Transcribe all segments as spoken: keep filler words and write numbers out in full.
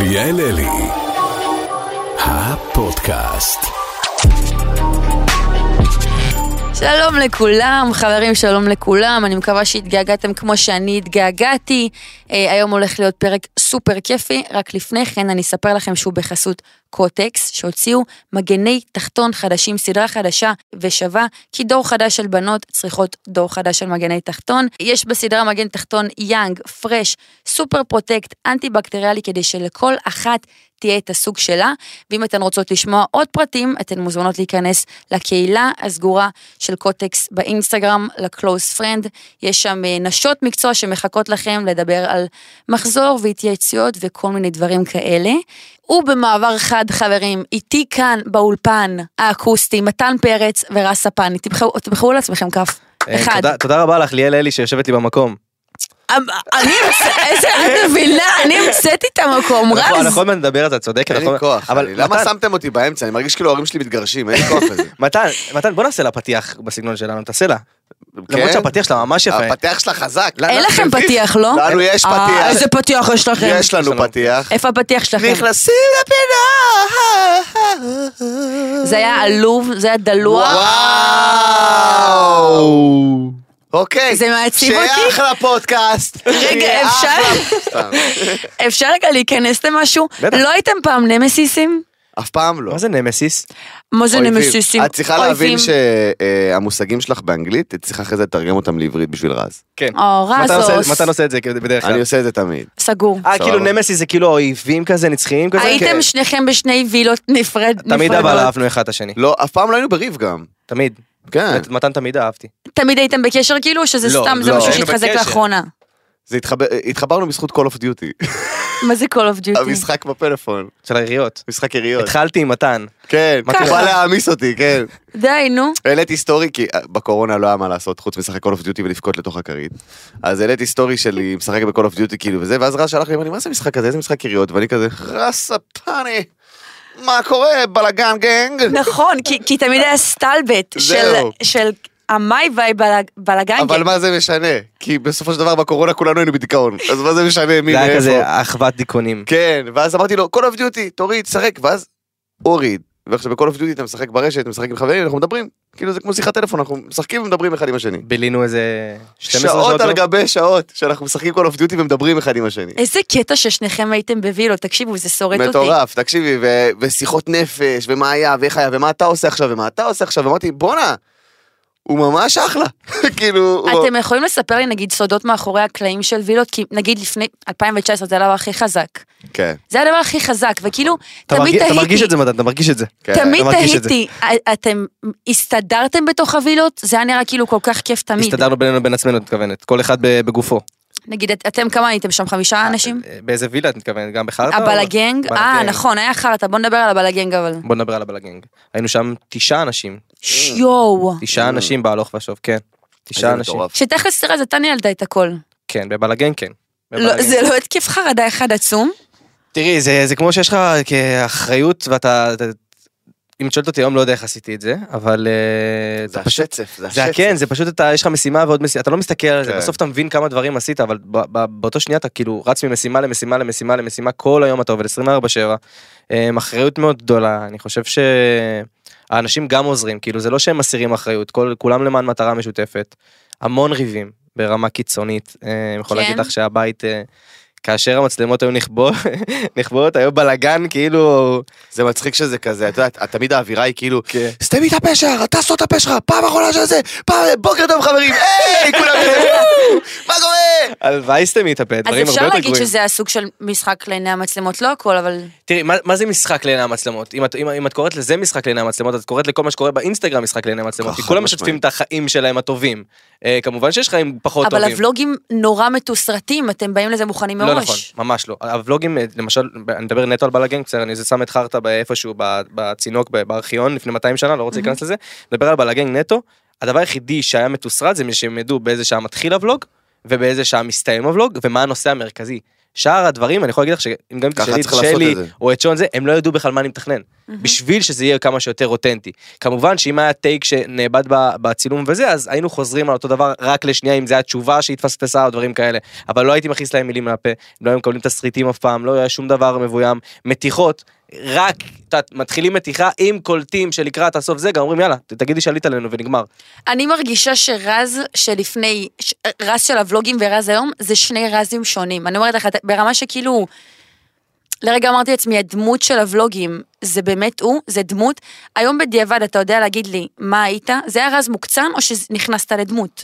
ליאל אלי, הפודקאסט. שלום לכולם, חברים, שלום לכולם. אני מקווה שהתגעגעתם כמו שאני התגעגעתי. אה, היום הולך להיות פרק סופר כיפי. רק לפני כן אני אספר לכם שהוא בחסות קוטקס, שהוציאו מגני תחתון חדשים, סדרה חדשה ושווה, כי דור חדש של בנות צריכות דור חדש של מגני תחתון. יש בסדרה מגן תחתון יאנג, פרש, סופר פרוטקט, אנטי בקטריאלי, כדי שלכל אחת תהיה את הסוג שלה. ואם אתן רוצות לשמוע עוד פרטים, אתן מוזמנות להיכנס לקהילה הסגורה של קוטקס באינסטגרם, לקלוס פרנד. יש שם נשות מקצוע שמחכות לכם לדבר על מחזור והתייעצויות וכל מיני דברים כאלה. ובמעבר חד, חברים, איתי כאן באולפן האקוסטי, מתן פרץ ורס ספן. תבחרו לעצמכם כף. אחד. תודה רבה לך, ליאל אלי, שיושבת לי במקום. אני איזה את מבינה, אני המצאתי את המקום, רז. אנחנו עוד נדבר, אתה צודק. אין לי כוח, למה שמתם אותי באמצע? אני מרגיש כאילו ההורים שלי מתגרשים, אין לי כוח לזה. מתן, מתן, בוא נעשה לה פתיח בסגנון שלנו, תעשה לה. למרות שהפתיח שלה ממש יפה. הפתיח שלה חזק. אין לכם פתיח, לא? לנו יש פתיח. איזה פתיח יש לכם? יש לנו פתיח. איפה הפתיח שלכם? נכנסים לפינה. זה היה עלוב, זה היה דלוח. וואו. אוקיי. זה מעציב אותי. שייך לפודקאסט. רגע, אפשר? אפשר רגע להיכנס למשהו? לא הייתם פעם נמסיסים? אף פעם לא. מה זה נמסיס? מה זה נמסיסים? את צריכה להבין שהמושגים שלך באנגלית, את צריכה אחרי זה לתרגם אותם לעברית בשביל רז. כן. או, רזוס. מתן עושה את זה בדרך כלל? אני עושה את זה תמיד. סגור. אה, כאילו נמסיס זה כאילו אויבים כזה, נצחיים כזה? הייתם שניכם בשני וילות נפרדות? תמיד אבל אהבנו אחד השני. לא, אף פעם לא היינו בריב גם. תמיד. כן. מתן תמיד אהבתי. תמיד הייתם בקשר כאילו, או שזה סתם, זה משהו שהתחזק לאחרונה? זה התחברנו בזכות Call of Duty. מה זה Call of Duty? המשחק בפלאפון. של העיריות. משחק עיריות. התחלתי עם מתן. כן, הוא בא להעמיס אותי, כן. די, נו. העליתי סטורי, כי בקורונה לא היה מה לעשות, חוץ משחק Call of Duty ולפקוט לתוך הכרית. אז העליתי סטורי שלי, משחק ב-Call of Duty כאילו וזה, ואז רז שלח לי, מה זה משחק הזה? איזה משחק עיריות? ואני כזה, רס ספני, מה קורה? בלגן גנג? נכון, כי תמיד היה סטלבט של המאי ואי בלגן. אבל מה זה משנה? כי בסופו של דבר בקורונה כולנו היינו בדיכאון. אז מה זה משנה מי מאיפה? זה היה כזה אחוות דיכאונים. כן, ואז אמרתי לו, Call of Duty, תוריד, שחק, ואז הוריד. ועכשיו ב-Call of Duty אתה משחק ברשת, אתה משחק עם חברים, אנחנו מדברים. כאילו זה כמו שיחת טלפון, אנחנו משחקים ומדברים אחד עם השני. בילינו איזה שתים עשרה שעות. שעות על גבי שעות, שאנחנו משחקים Call of Duty ומדברים אחד עם השני. איזה קטע ששניכם הייתם בווילו, תקשיבו, זה שורט אותי. מטורף, תקשיבי, ושיחות נפש, ומה היה, ואיך היה, ומה אתה עושה עכשיו, ומה אתה עושה עכשיו, ואמרתי, בונה, הוא ממש אחלה. כאילו... אתם יכולים לספר לי, נגיד, סודות מאחורי הקלעים של וילות, כי נגיד לפני אלפיים תשע עשרה זה הדבר הכי חזק. כן. זה הדבר הכי חזק, וכאילו, תמיד תהיתי. אתה מרגיש את זה, מתן, אתה מרגיש את זה. תמיד תהיתי, אתם הסתדרתם בתוך הווילות? זה היה נראה כאילו כל כך כיף תמיד. הסתדרנו בינינו בין עצמנו, את מתכוונת. כל אחד בגופו. נגיד, אתם כמה הייתם שם? חמישה אנשים? באיזה וילה את מתכוונת? גם בחרטה? הבלגנג? אה, נכון, היה חרטה. בוא נדבר על הבלגנג אבל. בוא נדבר על הבלגנג. היינו שם תשעה אנשים. יואו. תשעה אנשים בהלוך ושוב, כן. תשעה אנשים. שתכלס תראה, אז אתה ניהלת את הכל. כן, בבלגנג כן. זה לא התקף חרדה אחד עצום? תראי, זה כמו שיש לך כאחריות ואתה... אם את שואלת אותי היום לא יודע איך עשיתי את זה, אבל... זה השצף, זה השצף. כן, זה פשוט, יש לך משימה ועוד משימה, אתה לא מסתכל על זה, בסוף אתה מבין כמה דברים עשית, אבל באותו שנייה אתה כאילו רץ ממשימה למשימה למשימה למשימה, כל היום אתה עובד עשרים וארבע שבע, אחריות מאוד גדולה, אני חושב שהאנשים גם עוזרים, כאילו זה לא שהם מסירים אחריות, כולם למען מטרה משותפת, המון ריבים ברמה קיצונית, אני יכול להגיד לך שהבית... כאשר המצלמות היו נכבות, היו בלגן, כאילו... זה מצחיק שזה כזה, אתה יודע, תמיד האווירה היא כאילו, סתמי את הפה שלך, אתה סתום את הפה שלך, פעם אחרונה של זה, פעם, בוקר טוב חברים, היי, כולם, מה קורה? הלוואי סתמי את הפה, דברים הרבה יותר גרועים. אז אפשר להגיד שזה הסוג של משחק לעיני המצלמות, לא הכל, אבל... תראי, מה זה משחק לעיני המצלמות? אם את קוראת לזה משחק לעיני המצלמות, את קוראת לכל מה שקורה באינסטגרם משחק לעיני המצלמות, כי כולם משתפים את החיים שלהם הטובים. כמובן שיש חיים פחות טובים. אבל הוולוגים נורא מתוסרטים, אתם באים לזה מוכנים מראש. לא נכון, ממש לא. הוולוגים, למשל, אני מדבר נטו על בלגן, אני שם את חרטה באיפשהו, בצינוק, בארכיון, לפני מאתיים שנה, לא רוצה להיכנס לזה, מדבר על בלגן נטו, הדבר היחידי שהיה מתוסרט, זה שהם ידעו באיזה שעה מתחיל הוולוג, ובאיזה שעה מסתיים הוולוג, ומה הנושא המרכזי. שאר הדברים, אני יכול להגיד לך שאם גם תשאלי את שלי, או את שון זה, הם לא ידעו בכלל מה אני מתכנן. בשביל שזה יהיה כמה שיותר אותנטי. כמובן שאם היה טייק שנאבד בצילום וזה, אז היינו חוזרים על אותו דבר רק לשנייה, אם זה היה תשובה שהתפספסה או דברים כאלה, אבל לא הייתי מכניס להם מילים מהפה, לא היו מקבלים תסריטים אף פעם, לא היה שום דבר מבוים, מתיחות, רק, מתחילים מתיחה עם קולטים שלקראת הסוף זה, גם אומרים יאללה, תגידי שעלית עלינו ונגמר. אני מרגישה שרז שלפני, רז של הוולוגים ורז היום, זה שני רזים שונים. אני אומרת לך, ברמה שכאילו, לרגע אמרתי לעצמי, הדמות של הוולוגים, זה באמת הוא, זה דמות. היום בדיעבד, אתה יודע להגיד לי, מה היית? זה היה רז מוקצן, או שנכנסת לדמות?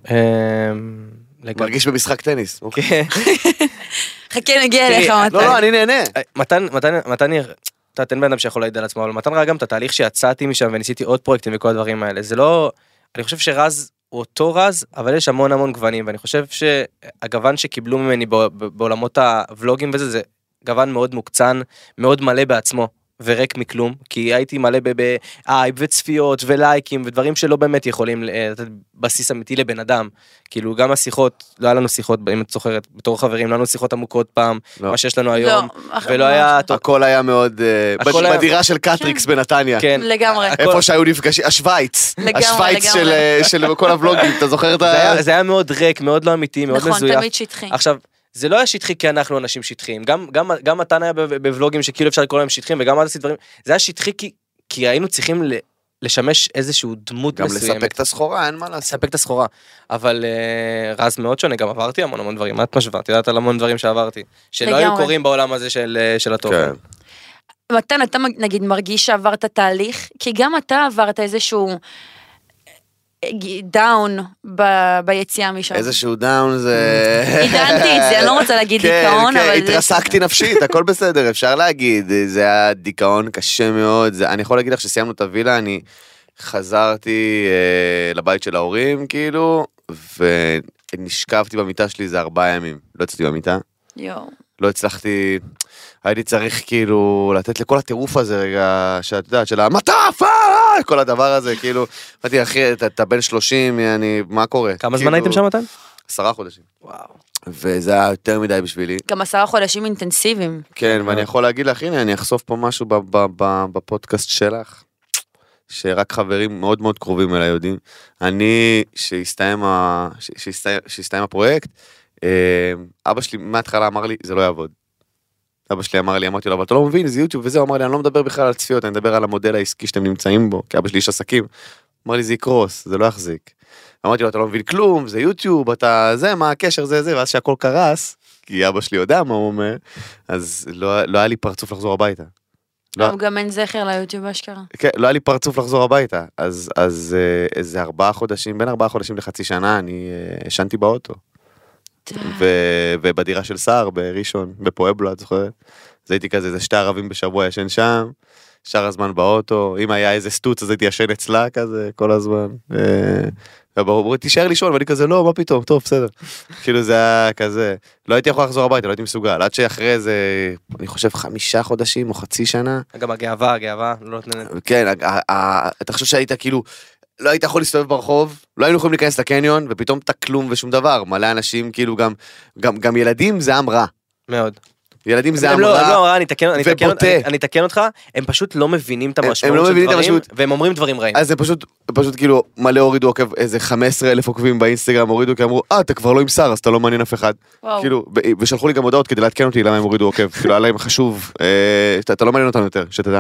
מרגיש במשחק טניס. חכה, נגיע אליך, מתן. לא, לא, אני נהנה. מתן, מתן, מתן, אתה תן בן אדם שיכול להעיד על עצמו, אבל מתן ראה גם את התהליך שיצאתי משם וניסיתי עוד פרויקטים וכל הדברים האלה. זה לא, אני חושב שרז הוא אותו רז, אבל יש המון המון גוונים, ואני חושב שהגוון שקיבלו ממני בעולמות הוולוגים וזה, זה גוון מאוד מוקצן, מאוד מלא בעצמו, ורק מכלום, כי הייתי מלא באייב וצפיות ולייקים, ודברים שלא באמת יכולים לתת בסיס אמיתי לבן אדם. כאילו גם השיחות, לא היה לנו שיחות, אם את זוכרת, בתור חברים, לא היה לנו שיחות עמוקות פעם, מה שיש לנו היום, ולא היה... הכל היה מאוד... בדירה של קטריקס בנתניה. כן. לגמרי. איפה שהיו נפגשים, השוויץ. השוויץ של כל הוולוגים, אתה זוכר את ה... זה היה מאוד ריק, מאוד לא אמיתי, מאוד מזויף. נכון, תמיד שטחי. עכשיו, זה לא היה שטחי כי אנחנו אנשים שטחיים, גם, גם, גם מתן היה בוולוגים שכאילו אפשר לקרוא להם שטחיים, וגם עד עשית דברים, זה היה שטחי כי, כי היינו צריכים לשמש איזשהו דמות גם מסוימת. גם לספק את הסחורה, אין מה לעשות. לספק את הסחורה, אבל uh, רז מאוד שונה, גם עברתי המון המון דברים, את משווה, את יודעת על המון דברים שעברתי, שלא היו קוראים בעולם הזה של, של התוכן. כן. מתן, אתה נגיד מרגיש שעברת תהליך, כי גם אתה עברת איזשהו... דאון ביציאה משם. איזשהו דאון זה... עידנתי את זה, אני לא רוצה להגיד דיכאון, אבל... כן, התרסקתי נפשית, הכל בסדר, אפשר להגיד, זה היה דיכאון קשה מאוד, אני יכול להגיד לך שסיימנו את הווילה, אני חזרתי לבית של ההורים, כאילו, ונשכבתי במיטה שלי איזה ארבעה ימים, לא יצאתי במיטה. יואו. לא הצלחתי, הייתי צריך כאילו לתת לכל הטירוף הזה רגע, שאת יודעת, של המטף, כל הדבר הזה, כאילו, אמרתי, אחי, אתה בן שלושים, אני, מה קורה? כמה זמן הייתם שם, מתן? עשרה חודשים. וואו. וזה היה יותר מדי בשבילי. גם עשרה חודשים אינטנסיביים. כן, ואני יכול להגיד לך, הנה, אני אחשוף פה משהו בפודקאסט שלך, שרק חברים מאוד מאוד קרובים אליי יודעים. אני, שהסתיים הפרויקט, אבא שלי מההתחלה אמר לי, זה לא יעבוד. אבא שלי אמר לי, אמרתי לו, אבל אתה לא מבין, זה יוטיוב וזה, הוא אמר לי, אני לא מדבר בכלל על צפיות, אני מדבר על המודל העסקי שאתם נמצאים בו, כי אבא שלי איש עסקים. אמר לי, זה יקרוס, זה לא יחזיק. אמרתי לו, אתה לא מבין כלום, זה יוטיוב, אתה זה, מה הקשר, זה זה, ואז שהכל קרס, כי אבא שלי יודע מה הוא אומר, אז לא, לא היה לי פרצוף לחזור הביתה. לא, גם אין זכר ליוטיוב אשכרה. כן, לא היה לי פרצוף לחזור הביתה, אז, אז איזה ארבעה חודשים, בין ארבעה חודשים לחצי שנה, אני ישנתי באוטו. ו- ובדירה של סער בראשון, בפואבלו, את זוכרת? אז הייתי כזה, זה שתי ערבים בשבוע ישן שם, שאר הזמן באוטו, אם היה איזה סטוץ, אז הייתי ישן אצלה כזה, כל הזמן. וברור, תישאר לישון, ואני כזה, לא, מה פתאום, טוב, בסדר. כאילו זה היה כזה, לא הייתי יכול לחזור הביתה, לא הייתי מסוגל, עד שאחרי איזה, אני חושב, חמישה חודשים או חצי שנה. גם הגאווה, הגאווה, לא נותנת. כן, אתה חושב שהיית כאילו, לא היית יכול להסתובב ברחוב, לא היינו יכולים להיכנס לקניון, ופתאום אתה כלום ושום דבר, מלא אנשים, כאילו גם, גם, גם ילדים זה עם רע. מאוד. ילדים זה עם לא, רע, לא, אני אתקן, אני אתקן, אני אתקן אותך, הם פשוט לא מבינים את המשמעות של דברים, והם אומרים דברים רעים. אז זה פשוט, פשוט כאילו, מלא הורידו עוקב, איזה חמישה עשר אלף עוקבים באינסטגרם, הורידו, כי אמרו, אה, אתה כבר לא עם שר, אז אתה לא מעניין אף אחד. כאילו, ושלחו לי גם הודעות כדי להתקן אותי למה הם הורידו עוקב, כאילו, היה להם חשוב, אתה לא מעניין אותנו יותר, שתדע.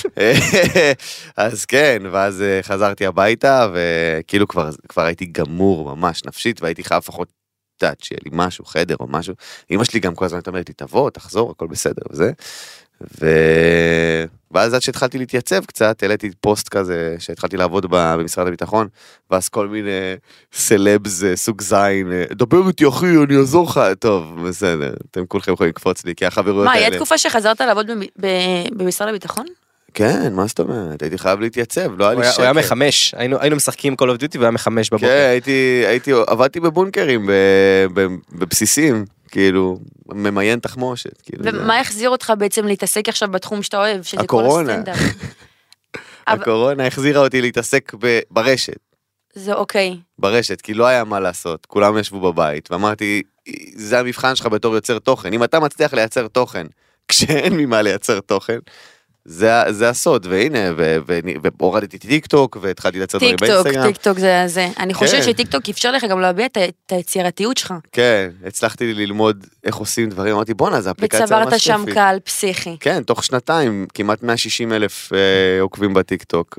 אז כן, ואז חזרתי הביתה, וכאילו כבר הייתי גמור ממש נפשית, והייתי חייב לפחות דעת שיהיה לי משהו, חדר או משהו. אמא שלי גם כל הזמן אומרת לי, תבוא, תחזור, הכל בסדר וזה. ו... ואז עד שהתחלתי להתייצב קצת, העליתי פוסט כזה, שהתחלתי לעבוד במשרד הביטחון, ואז כל מיני סלבס, סוג זין, דבר איתי אחי, אני אעזור לך, טוב, בסדר, אתם כולכם יכולים לקפוץ לי, כי החברויות האלה... מה, היה תקופה שחזרת לעבוד במשרד הביטחון? כן, מה זאת אומרת? הייתי חייב להתייצב, לא היה לי שקל. הוא היה מחמש, היינו משחקים Call of Duty והיה מחמש בבוקר. כן, הייתי, הייתי, עבדתי בבונקרים, בבסיסים, כאילו, ממיין תחמושת. ומה החזיר אותך בעצם להתעסק עכשיו בתחום שאתה אוהב, שזה כל הסטנדאפ? הקורונה החזירה אותי להתעסק ברשת. זה אוקיי. ברשת, כי לא היה מה לעשות, כולם ישבו בבית, ואמרתי, זה המבחן שלך בתור יוצר תוכן, אם אתה מצליח לייצר תוכן, כשאין ממה לייצר תוכן, זה הסוד, והנה, והורדתי טיק טוק, והתחלתי לצאת דברים באינסטגרם. טיק טוק זה זה. אני חושבת שטיק טוק אפשר לך גם להביע את היצירתיות שלך. כן, הצלחתי ללמוד איך עושים דברים, אמרתי בואנה, זה אפליקציה ממש וצברת שם קהל פסיכי. כן, תוך שנתיים, כמעט מאה ושישים אלף עוקבים בטיק טוק,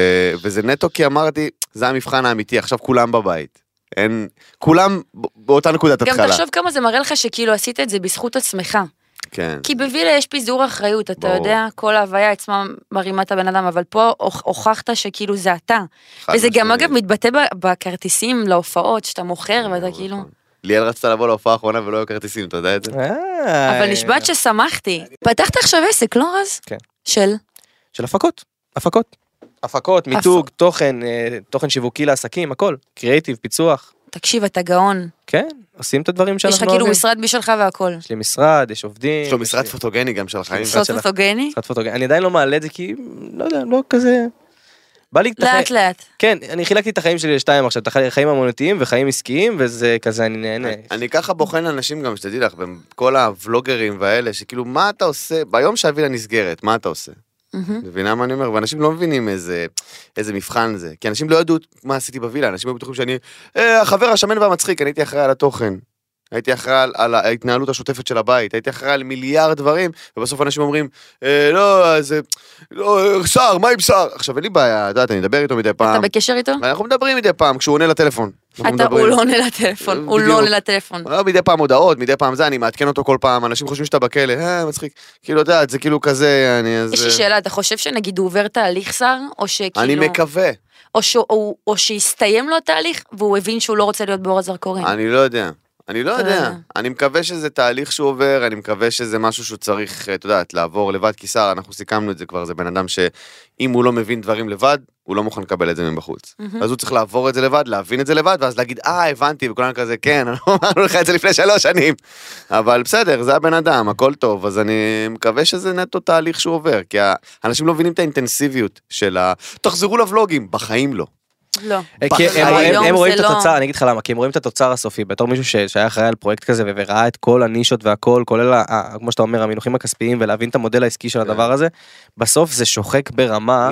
וזה נטו כי אמרתי, זה המבחן האמיתי, עכשיו כולם בבית. אין, כולם באותה נקודת התחלה. גם תחשוב כמה זה מראה לך שכאילו עשית את זה בזכות עצמך. כן. כי בווילה יש פיזור אחריות, אתה יודע, כל ההוויה עצמה מרימה את הבן אדם, אבל פה הוכחת שכאילו זה אתה. וזה גם אגב מתבטא בכרטיסים להופעות, שאתה מוכר ואתה כאילו... ליאל רצתה לבוא להופעה האחרונה ולא היו כרטיסים, אתה יודע את זה? אבל נשבעת ששמחתי. פתחת עכשיו עסק, לא רז? כן. של? של הפקות, הפקות. הפקות, מיתוג, תוכן, תוכן שיווקי לעסקים, הכל. קריאיטיב, פיצוח. תקשיב, אתה גאון. כן, עושים את הדברים שאנחנו אוהבים. יש לך כאילו משרד בשבילך והכל. יש לי משרד, יש עובדים. יש לו משרד פוטוגני גם של החיים. משרד פוטוגני? משרד פוטוגני. אני עדיין לא מעלה את זה כי, לא יודע, לא כזה... בא לי... לאט לאט. כן, אני חילקתי את החיים שלי לשתיים עכשיו, את החיים המונטיים וחיים עסקיים, וזה כזה, אני נהנה. אני ככה בוחן אנשים גם, שתדעי לך, כל הוולוגרים והאלה, שכאילו, מה אתה עושה? ביום שהווילה נסגרת, מה אתה עושה? מבינה מה אני אומר? ואנשים לא מבינים איזה, איזה מבחן זה. כי אנשים לא ידעו מה עשיתי בווילה. אנשים היו בטוחים שאני, אה, החבר השמן והמצחיק, אני הייתי אחראי על התוכן. הייתי אחראי על, על ההתנהלות השוטפת של הבית. הייתי אחראי על מיליארד דברים, ובסוף אנשים אומרים, אה, לא, זה, לא, שר, מה עם שר? עכשיו, אין לי בעיה, יודעת, אני מדבר איתו מדי פעם. אתה בקשר איתו? ואנחנו מדברים מדי פעם, כשהוא עונה לטלפון. אתה, הוא לא עונה לטלפון, הוא לא עונה לטלפון. מדי פעם הודעות, מדי פעם זה, אני מעדכן אותו כל פעם, אנשים חושבים שאתה בכלא, אה, מצחיק. כאילו, יודעת, זה כאילו כזה, אני אז... יש לי שאלה, אתה חושב שנגיד הוא עובר תהליך שר, או שכאילו... אני מקווה. או, ש... או... או שיסתיים לו התהליך, והוא הבין שהוא לא רוצה להיות באור הזרקורים. אני לא יודע. אני לא יודע. אני מקווה שזה תהליך שהוא עובר, אני מקווה שזה משהו שהוא צריך, אתה יודעת, לעבור לבד, כי שר, אנחנו סיכמנו את זה כבר, זה בן אדם שאם הוא לא מבין דברים לבד, הוא לא מוכן לקבל את זה מבחוץ. אז הוא צריך לעבור את זה לבד, להבין את זה לבד, ואז להגיד, אה, הבנתי, וכולם כזה, כן, אמרנו לך את זה לפני שלוש שנים. אבל בסדר, זה הבן אדם, הכל טוב, אז אני מקווה שזה נטו תהליך שהוא עובר, כי האנשים לא מבינים את האינטנסיביות של ה... תחזרו לבלוגים, בחיים לא. לא. כי הם רואים את התוצר, אני אגיד לך למה, כי הם רואים את התוצר הסופי, בתור מישהו שהיה אחראי על פרויקט כזה, וראה את כל הנישות והכל, כולל, כמו שאתה אומר, המינוחים הכספיים, ולהבין את המודל העסקי של הדבר הזה, בסוף זה שוחק ברמה,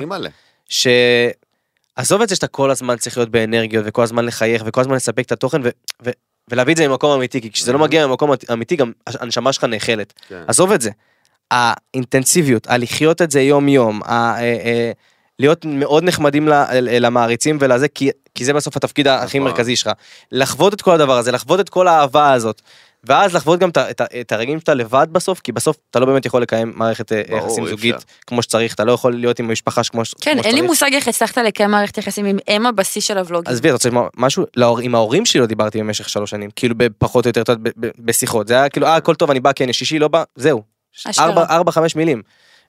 שעזוב את זה שאתה כל הזמן צריך להיות באנרגיות, וכל הזמן לחייך, וכל הזמן לספק את התוכן, ולהביא את זה ממקום אמיתי, כי כשזה לא מגיע ממקום אמיתי, גם הנשמה שלך נאכלת. עזוב את זה. האינטנסיביות, הלחיות את זה יום יום, להיות מאוד נחמדים למעריצים ולזה, כי, כי זה בסוף התפקיד הכי מרכזי שלך. לחוות את כל הדבר הזה, לחוות את כל האהבה הזאת, ואז לחוות גם את, את, את הרגעים שאתה לבד בסוף, כי בסוף אתה לא באמת יכול לקיים מערכת יחסים זוגית כמו שצריך, אתה לא יכול להיות עם המשפחה כמו, כן, כמו שצריך. אין לי מושג איך הצלחת לקיים מערכת יחסים עם אם הבסיס של הוולוגים. אז אתה רוצה משהו, להור, עם ההורים שלי לא דיברתי במשך שלוש שנים, כאילו בפחות או יותר טוב, בשיחות, זה היה כאילו, אה, הכל טוב, אני בא, כן, שישי לא בא, זהו. ארבע, ארבע, חמש מילים.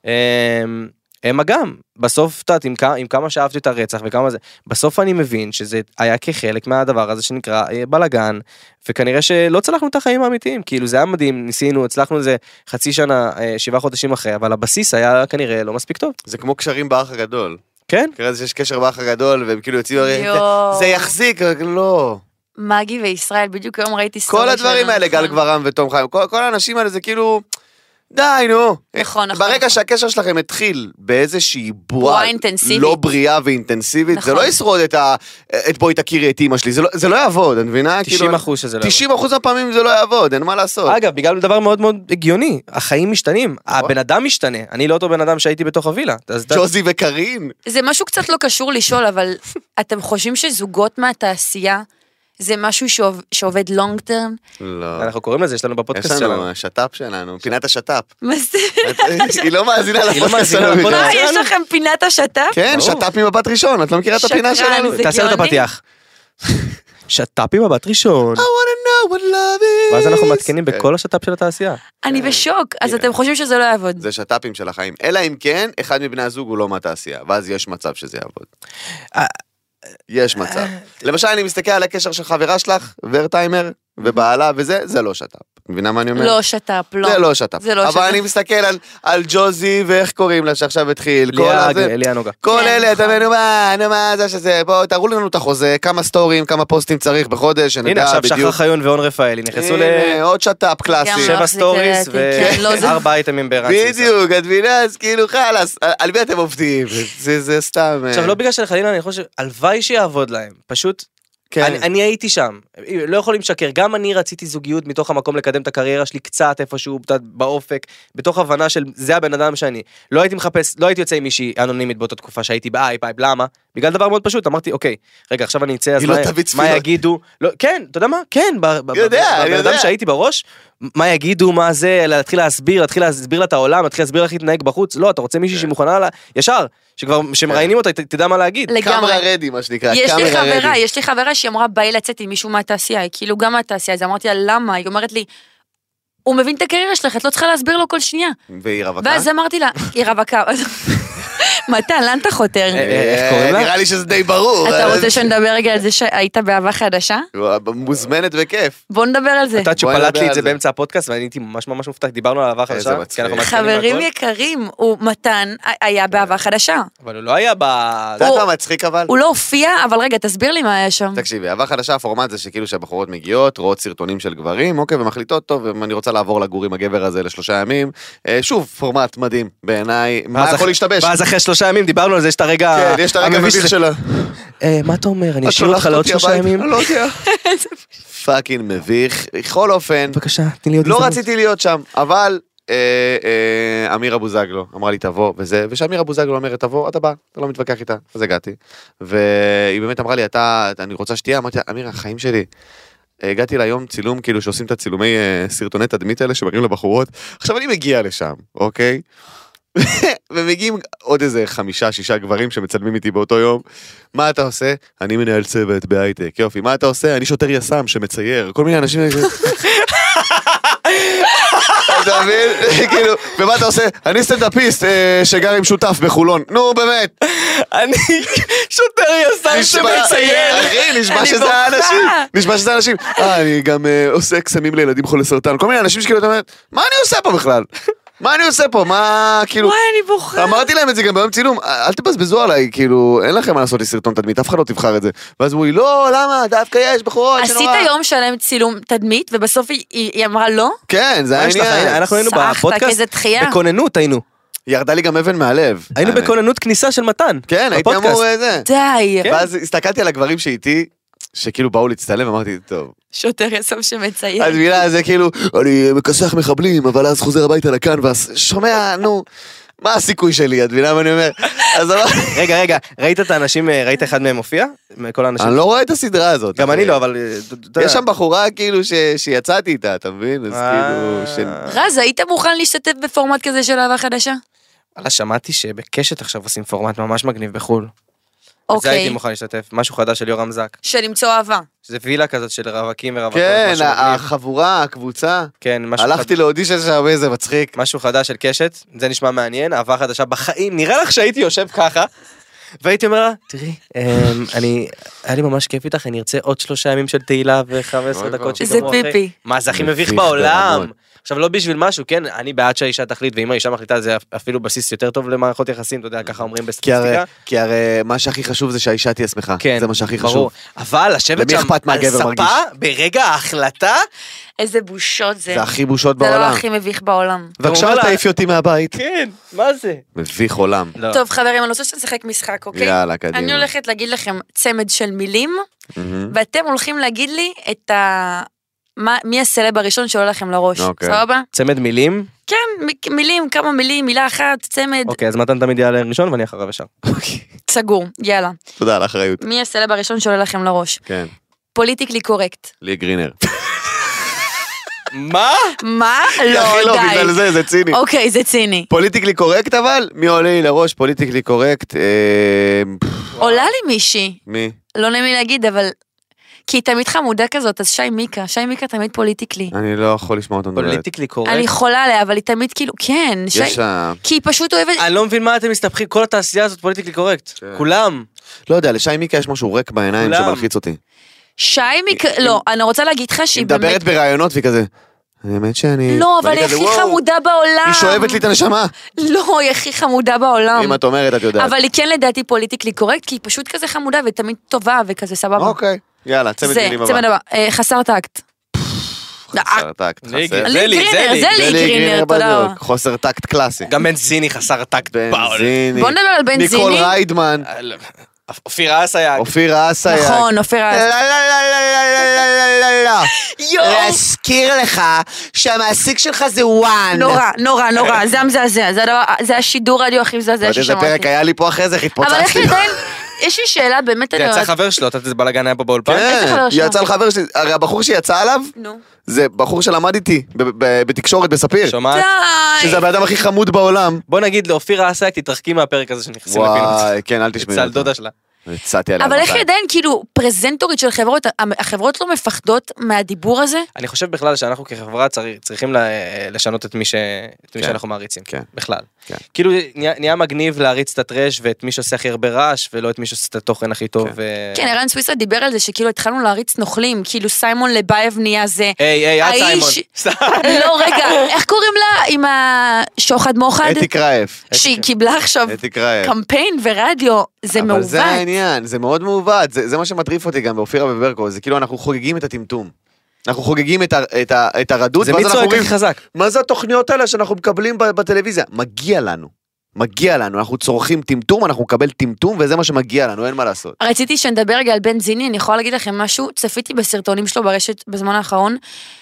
הם גם, בסוף, תת, עם, עם כמה שאהבתי את הרצח וכמה זה, בסוף אני מבין שזה היה כחלק מהדבר הזה שנקרא בלגן, וכנראה שלא צלחנו את החיים האמיתיים, כאילו זה היה מדהים, ניסינו, הצלחנו זה חצי שנה, שבעה חודשים אחרי, אבל הבסיס היה כנראה לא מספיק טוב. זה כמו קשרים באח הגדול. כן? כנראה זה שיש קשר באח הגדול, והם כאילו יוציאו, זה יחזיק, לא. מגי וישראל, בדיוק היום ראיתי סטורי. כל הדברים האלה, גל גברם ותום חיים, כל האנשים האלה זה כאילו... די, נו. נכון, נכון. ברגע שהקשר שלכם התחיל באיזושהי בועה לא בריאה ואינטנסיבית, זה לא ישרוד את בואי תכירי את אמא שלי, זה לא יעבוד, אני מבינה? תשעים אחוז שזה לא יעבוד. תשעים אחוז הפעמים זה לא יעבוד, אין מה לעשות. אגב, בגלל דבר מאוד מאוד הגיוני, החיים משתנים, הבן אדם משתנה, אני לא אותו בן אדם שהייתי בתוך הווילה. ג'וזי וקרין. זה משהו קצת לא קשור לשאול, אבל אתם חושבים שזוגות מהתעשייה, זה משהו שעובד לונג טרם? לא. אנחנו קוראים לזה, יש לנו בפודקאסט שלנו. יש לנו, השטאפ שלנו, פינת השטאפ. מה זה? היא לא מאזינה לפודקאסט שלנו. מה, יש לכם פינת השטאפ? כן, שטאפ ממבט ראשון, את לא מכירה את הפינה שלנו? תעשה את הפתיח. שטאפ ממבט ראשון. I wanna know what love is. ואז אנחנו מתקנים בכל השטאפ של התעשייה. אני בשוק, אז אתם חושבים שזה לא יעבוד. זה שטאפים של החיים. אלא אם כן, אחד מבני הזוג הוא לא מהתעשייה, ואז יש מצב שזה יעבוד. יש מצב. למשל, אני מסתכל על הקשר של חברה שלך, ורטיימר, ובעלה וזה, זה לא שטאפ. מבינה מה אני אומר? לא שטאפ, לא. זה לא שטאפ. זה לא אבל שטאפ. אני מסתכל על, על ג'וזי ואיך קוראים לה שעכשיו התחיל. כל הזה. אליה נוגה. כל כן, אלה, אתה נכון. מבין, נו מה, נו מה, זה שזה, בואו, תראו לנו את החוזה, כמה סטורים, כמה פוסטים צריך בחודש, שנדע הנה עכשיו בדיוק. שחר חיון ואון רפאלי נכנסו הנה, עוד שטאפ קלאסי. גם לשבע מחזיק סטוריס לדעתי, כן, לא, זה- וארבע אייטמים ברנסיס. בדיוק, את מבינה, אז כאילו חלאס, על מי אתם עובדים? זה זה סתם... עכשיו לא בגלל שלחלילה אני חושב, הלוואי שיעבוד להם, פשוט כן. אני, אני הייתי שם, לא יכולים לשקר, גם אני רציתי זוגיות מתוך המקום לקדם את הקריירה שלי קצת איפשהו באופק, בתוך הבנה של זה הבן אדם שאני, לא הייתי מחפש, לא הייתי יוצא עם מישהי אנונימית באותה תקופה שהייתי באייפייפ, למה? בגלל דבר מאוד פשוט, אמרתי אוקיי, רגע עכשיו אני אצא, אז היא לא מה, תביא מה צפילות. יגידו, לא, כן, אתה יודע מה? כן, ב- ב- יודע, ב- אני בבן יודע. אדם שהייתי בראש, מה יגידו, מה זה, להתחיל להסביר, להתחיל להסביר לה את העולם, להתחיל להסביר איך להתנהג בחוץ, לא, אתה רוצה מישהי שמוכנה לה, ישר, שכבר, שמראיינים אותה, ת- תדע מה להגיד. לגמרי. קאמרה רדי, מה שנקרא, יש לי קאמרה חברה, רדי. יש לי חברה שהיא אמרה, בא לי לצאת עם מישהו מהתעשייה, היא כאילו גם מהתעשייה, אז אמרתי לה, למה? היא אומרת לי, הוא מבין את הקריירה שלך, את לא צריכה להסביר לו כל שנייה. והיא רווקה? ואז אמרתי לה, היא רווקה. מתן, לאן אתה חותר? איך קוראים לה? נראה לי שזה די ברור. אתה רוצה שנדבר רגע על זה שהיית באהבה חדשה? מוזמנת וכיף. בוא נדבר על זה. אתה בואי שפלט נדבר לי את על זה זה. באמצע הפודקאסט ואני הייתי ממש ממש מופתע, דיברנו על אהבה איזה חדשה, מצחיק. כי אנחנו מעדכנים חברים מהכל, יקרים, הוא מתן היה באהבה חדשה. אבל הוא לא היה ב... אתה יודע מה מצחיק אבל? הוא לא הופיע, אבל רגע, תסביר לי מה היה שם. תקשיבי, אהבה חדשה, הפורמט זה שכאילו שהבחורות מגיעות, רואות סרטונים של גברים, אוקיי, ומחליטות, טוב, אני רוצה לעבור לגור עם הגבר הזה לשלושה ימים. אה, שוב, פורמט מדהים, בעיניי, מה ואז יכול אח- להשתבש? ואז אחרי שלושה ימים דיברנו על זה, יש את הרגע כן, יש את הרגע המביש המביך הזה. שלה. אה, מה אתה אומר? אני את אשאיר אותך שולחת לעוד אותי שלושה הביתה? ימים? אני לא יודע. פאקינג מביך. בכל אופן, בבקשה, תני לי עוד לא הזדמנות. רציתי להיות שם, אבל אה, אה, אמירה בוזגלו אמרה לי תבוא וזה, ושאמירה בוזגלו אומרת תבוא, אתה בא, אתה לא מתווכח איתה, אז הגעתי. והיא באמת אמרה לי, אתה, אני רוצה שתהיה, אמרתי, אמירה, החיים שלי. הגעתי ליום צילום, כאילו שעושים את הצילומי אה, סרטוני תדמית האלה שמראים לבחורות, עכשיו אני מגיע לשם, אוקיי? ומגיעים עוד איזה חמישה, שישה גברים שמצלמים איתי באותו יום. מה אתה עושה? אני מנהל צוות בהייטק, יופי. מה אתה עושה? אני שוטר יס"מ שמצייר. כל מיני אנשים... אתה מבין? כאילו, ומה אתה עושה? אני סטנדאפיסט אה, שגר עם שותף בחולון. נו, באמת. אני שוטר יס"מ שמצייר. אחי, נשמע אני שזה בוכה. האנשים. נשמע שזה האנשים. אה, אני גם אה, עושה קסמים לילדים חולי סרטן. כל מיני אנשים שכאילו, אתה אומר, מה אני עושה פה בכלל? מה אני עושה פה? מה, כאילו... וואי, אני בוכה. אמרתי להם את זה גם ביום צילום, אל תבזבזו עליי, כאילו, אין לכם מה לעשות לי סרטון תדמית, אף אחד לא תבחר את זה. ואז הוא, לא, למה? דווקא יש בחורות עשית שנורא. יום שלם צילום תדמית, ובסוף היא- היא היא אמרה לא? כן, זה מה יש לך? העניין. אנחנו היינו סחת, בפודקאסט, איזה דחייה. בכוננות היינו. ירדה לי גם אבן מהלב. היינו האמת. בכוננות כניסה של מתן. כן, הייתי בפודקאסט. אמור אה, זה. די. כן. ואז הסתכלתי על הגברים שאיתי, שכאילו באו להצטלם, אמרתי, טוב. שוטר יס"מ שמצייר. אז מילה זה כאילו, אני מכסח מחבלים, אבל אז חוזר הביתה לקנבס, שומע, נו, מה הסיכוי שלי, את מבינה מה אני אומר? אז אמרתי, רגע, רגע, ראית את האנשים, ראית אחד מהם מופיע? כל האנשים? אני לא רואה את הסדרה הזאת. גם אחי. אני לא, אבל... אתה יודע. יש שם בחורה כאילו ש- שיצאתי איתה, אתה מבין? אז אה. כאילו... ש- רז, היית מוכן להשתתף בפורמט כזה של אהבה חדשה? וואלה, שמעתי שבקשת עכשיו עושים פורמט ממש מגניב בחול. זה אוקיי. הייתי מוכן להשתתף, משהו חדש של יורם זק. של למצוא אהבה. שזה וילה כזאת של רווקים ורווקות. כן, משהו מגניב. החבורה, הקבוצה. כן, משהו הלכתי חד- לאודישן שם הרבה, זה מצחיק. משהו חדש של קשת, זה נשמע מעניין, אהבה חדשה בחיים, נראה לך שהייתי יושב ככה, והייתי אומר לה, תראי, אמ, אני, היה לי ממש כיף איתך, אני ארצה עוד שלושה ימים של תהילה ו-חמש עשרה אוי דקות זה שיגמרו אחרי. פיפי. מה, זה הכי מביך מביך בעולם. ברמות. עכשיו, לא בשביל משהו, כן, אני בעד שהאישה תחליט, ואם האישה מחליטה, זה אפילו בסיס יותר טוב למערכות יחסים, אתה יודע, ככה אומרים כי הרי, בסטטיסטיקה. כי הרי מה שהכי חשוב זה שהאישה תהיה שמחה. כן, זה מה שהכי ברור. חשוב. אבל לשבת למי שם אכפת מה על הגבר מרגיש? ספה, ברגע ההחלטה, איזה בושות זה. זה הכי בושות זה לא בעולם. הכי מביך בעולם. בבקשה אומר אל לה- תעיפי אותי מהבית. כן, מה זה? מביך עולם. לא. טוב, חברים, אני רוצה שנשחק משחק, אוקיי? יאללה, קדימה. אני הולכת להגיד לכם צמד של מילים, מהמם. ואתם הולכים להגיד לי את ה... מה- מי הסלב הראשון שעולה לכם לראש, אוקיי. סבבה? צמד מילים, כן, מ- מילים, כמה מילים, מילה אחת, צמד, אוקיי, אז מתן תמיד יעלה ראשון ואני אחריו ישר. סגור, יאללה. תודה על האחריות. מי הסלב הראשון שעולה לכם לראש? כן. פוליטיקלי קורקט. לי גרינר. מה? מה? אחי, לא, לא, בגלל די. זה, זה ציני. אוקיי, זה ציני. פוליטיקלי קורקט אבל? מי עולה לי לראש? פוליטיקלי קורקט? אה, עולה לי מישהי, מי? לא נעים לי להגיד, אבל... כי היא תמיד חמודה כזאת, אז שי מיקה, שי מיקה תמיד פוליטיקלי. אני לא יכול לשמוע אותה מדברת. פוליטיקלי קורקט. אני חולה עליה, אבל היא תמיד כאילו, כן, שי... יש לה... כי היא פשוט אוהבת... אני לא מבין מה אתם מסתבכים, כל התעשייה הזאת פוליטיקלי קורקט. כן. כולם. לא יודע, לשי מיקה יש משהו ריק בעיניים כולם. שמלחיץ אותי. שי מק... לא, אני רוצה להגיד לך שהיא היא מדברת ברעיונות והיא כזה, האמת שאני... לא, אבל היא הכי חמודה בעולם. היא שואבת לי את הנשמה. לא, היא הכי חמודה בעולם. אם את אומרת, את יודעת. אבל היא כן לדעתי פוליטיקלי קורקט, כי היא פשוט כזה חמודה ותמיד טובה וכזה סבבה. אוקיי, יאללה, צמד מילים הבא. זה, צמד הבא. חסר טקט. חסר טקט, חסר. לי גרינר, זה לי גרינר, תודה רבה. חוסר טקט קלאסי. גם בנזיני חסר טקט. בנזיני. בוא נדבר על בנזיני. ניקול ריידמן. אופיר אסייג. אופיר אסייג. נכון, אופיר אסייג. להזכיר לך שהמעסיק שלך זה וואן. נורא, נורא, נורא, זה המזעזע, זה השידור רדיו הכי מזעזע ששמעתי. איזה פרק היה לי פה אחרי זה, איך התפוצצתי. אבל איך עדיין, יש לי שאלה, באמת אני... זה יצא חבר שלו, אתה בלגן היה פה באולפן? כן, יצא לחבר שלי, הרי הבחור שיצא עליו, זה בחור שלמד איתי בתקשורת בספיר. שומעת? שזה הבן אדם הכי חמוד בעולם. בוא נגיד לאופיר אסייג, תתרחקי מהפרק הזה שנכנסים לפינות. וואי, כן, אל תשמעי. אצל דודה שלה. אבל איך עדיין כאילו פרזנטורית של חברות, החברות לא מפחדות מהדיבור הזה? אני חושב בכלל שאנחנו כחברה צריכים לשנות את מי שאנחנו מעריצים, בכלל. כאילו נהיה מגניב להריץ את הטרש ואת מי שעושה הכי הרבה רעש ולא את מי שעושה את התוכן הכי טוב. כן, ערן סוויסה דיבר על זה שכאילו התחלנו להריץ נוכלים, כאילו סיימון לבייב נהיה זה. היי, היי, את סיימון. לא, רגע, איך קוראים לה עם השוחד מוחד? אתי קרייף. שהיא קיבלה עכשיו קמפיין ורדיו, זה מעוות. אבל זה העניין, זה מאוד מעוות, זה מה שמטריף אותי גם באופירה וברקו, זה כאילו אנחנו חוגגים את הטמטום. אנחנו חוגגים את הרדות, זה מי צועק הכי חזק. מה זה התוכניות האלה שאנחנו מקבלים בטלוויזיה? מגיע לנו, מגיע לנו, אנחנו צורכים טמטום, אנחנו מקבל טמטום, וזה מה שמגיע לנו, אין מה לעשות. רציתי שנדבר רגע על בנזיני, אני יכולה להגיד לכם משהו, צפיתי בסרטונים שלו ברשת בזמן האחרון,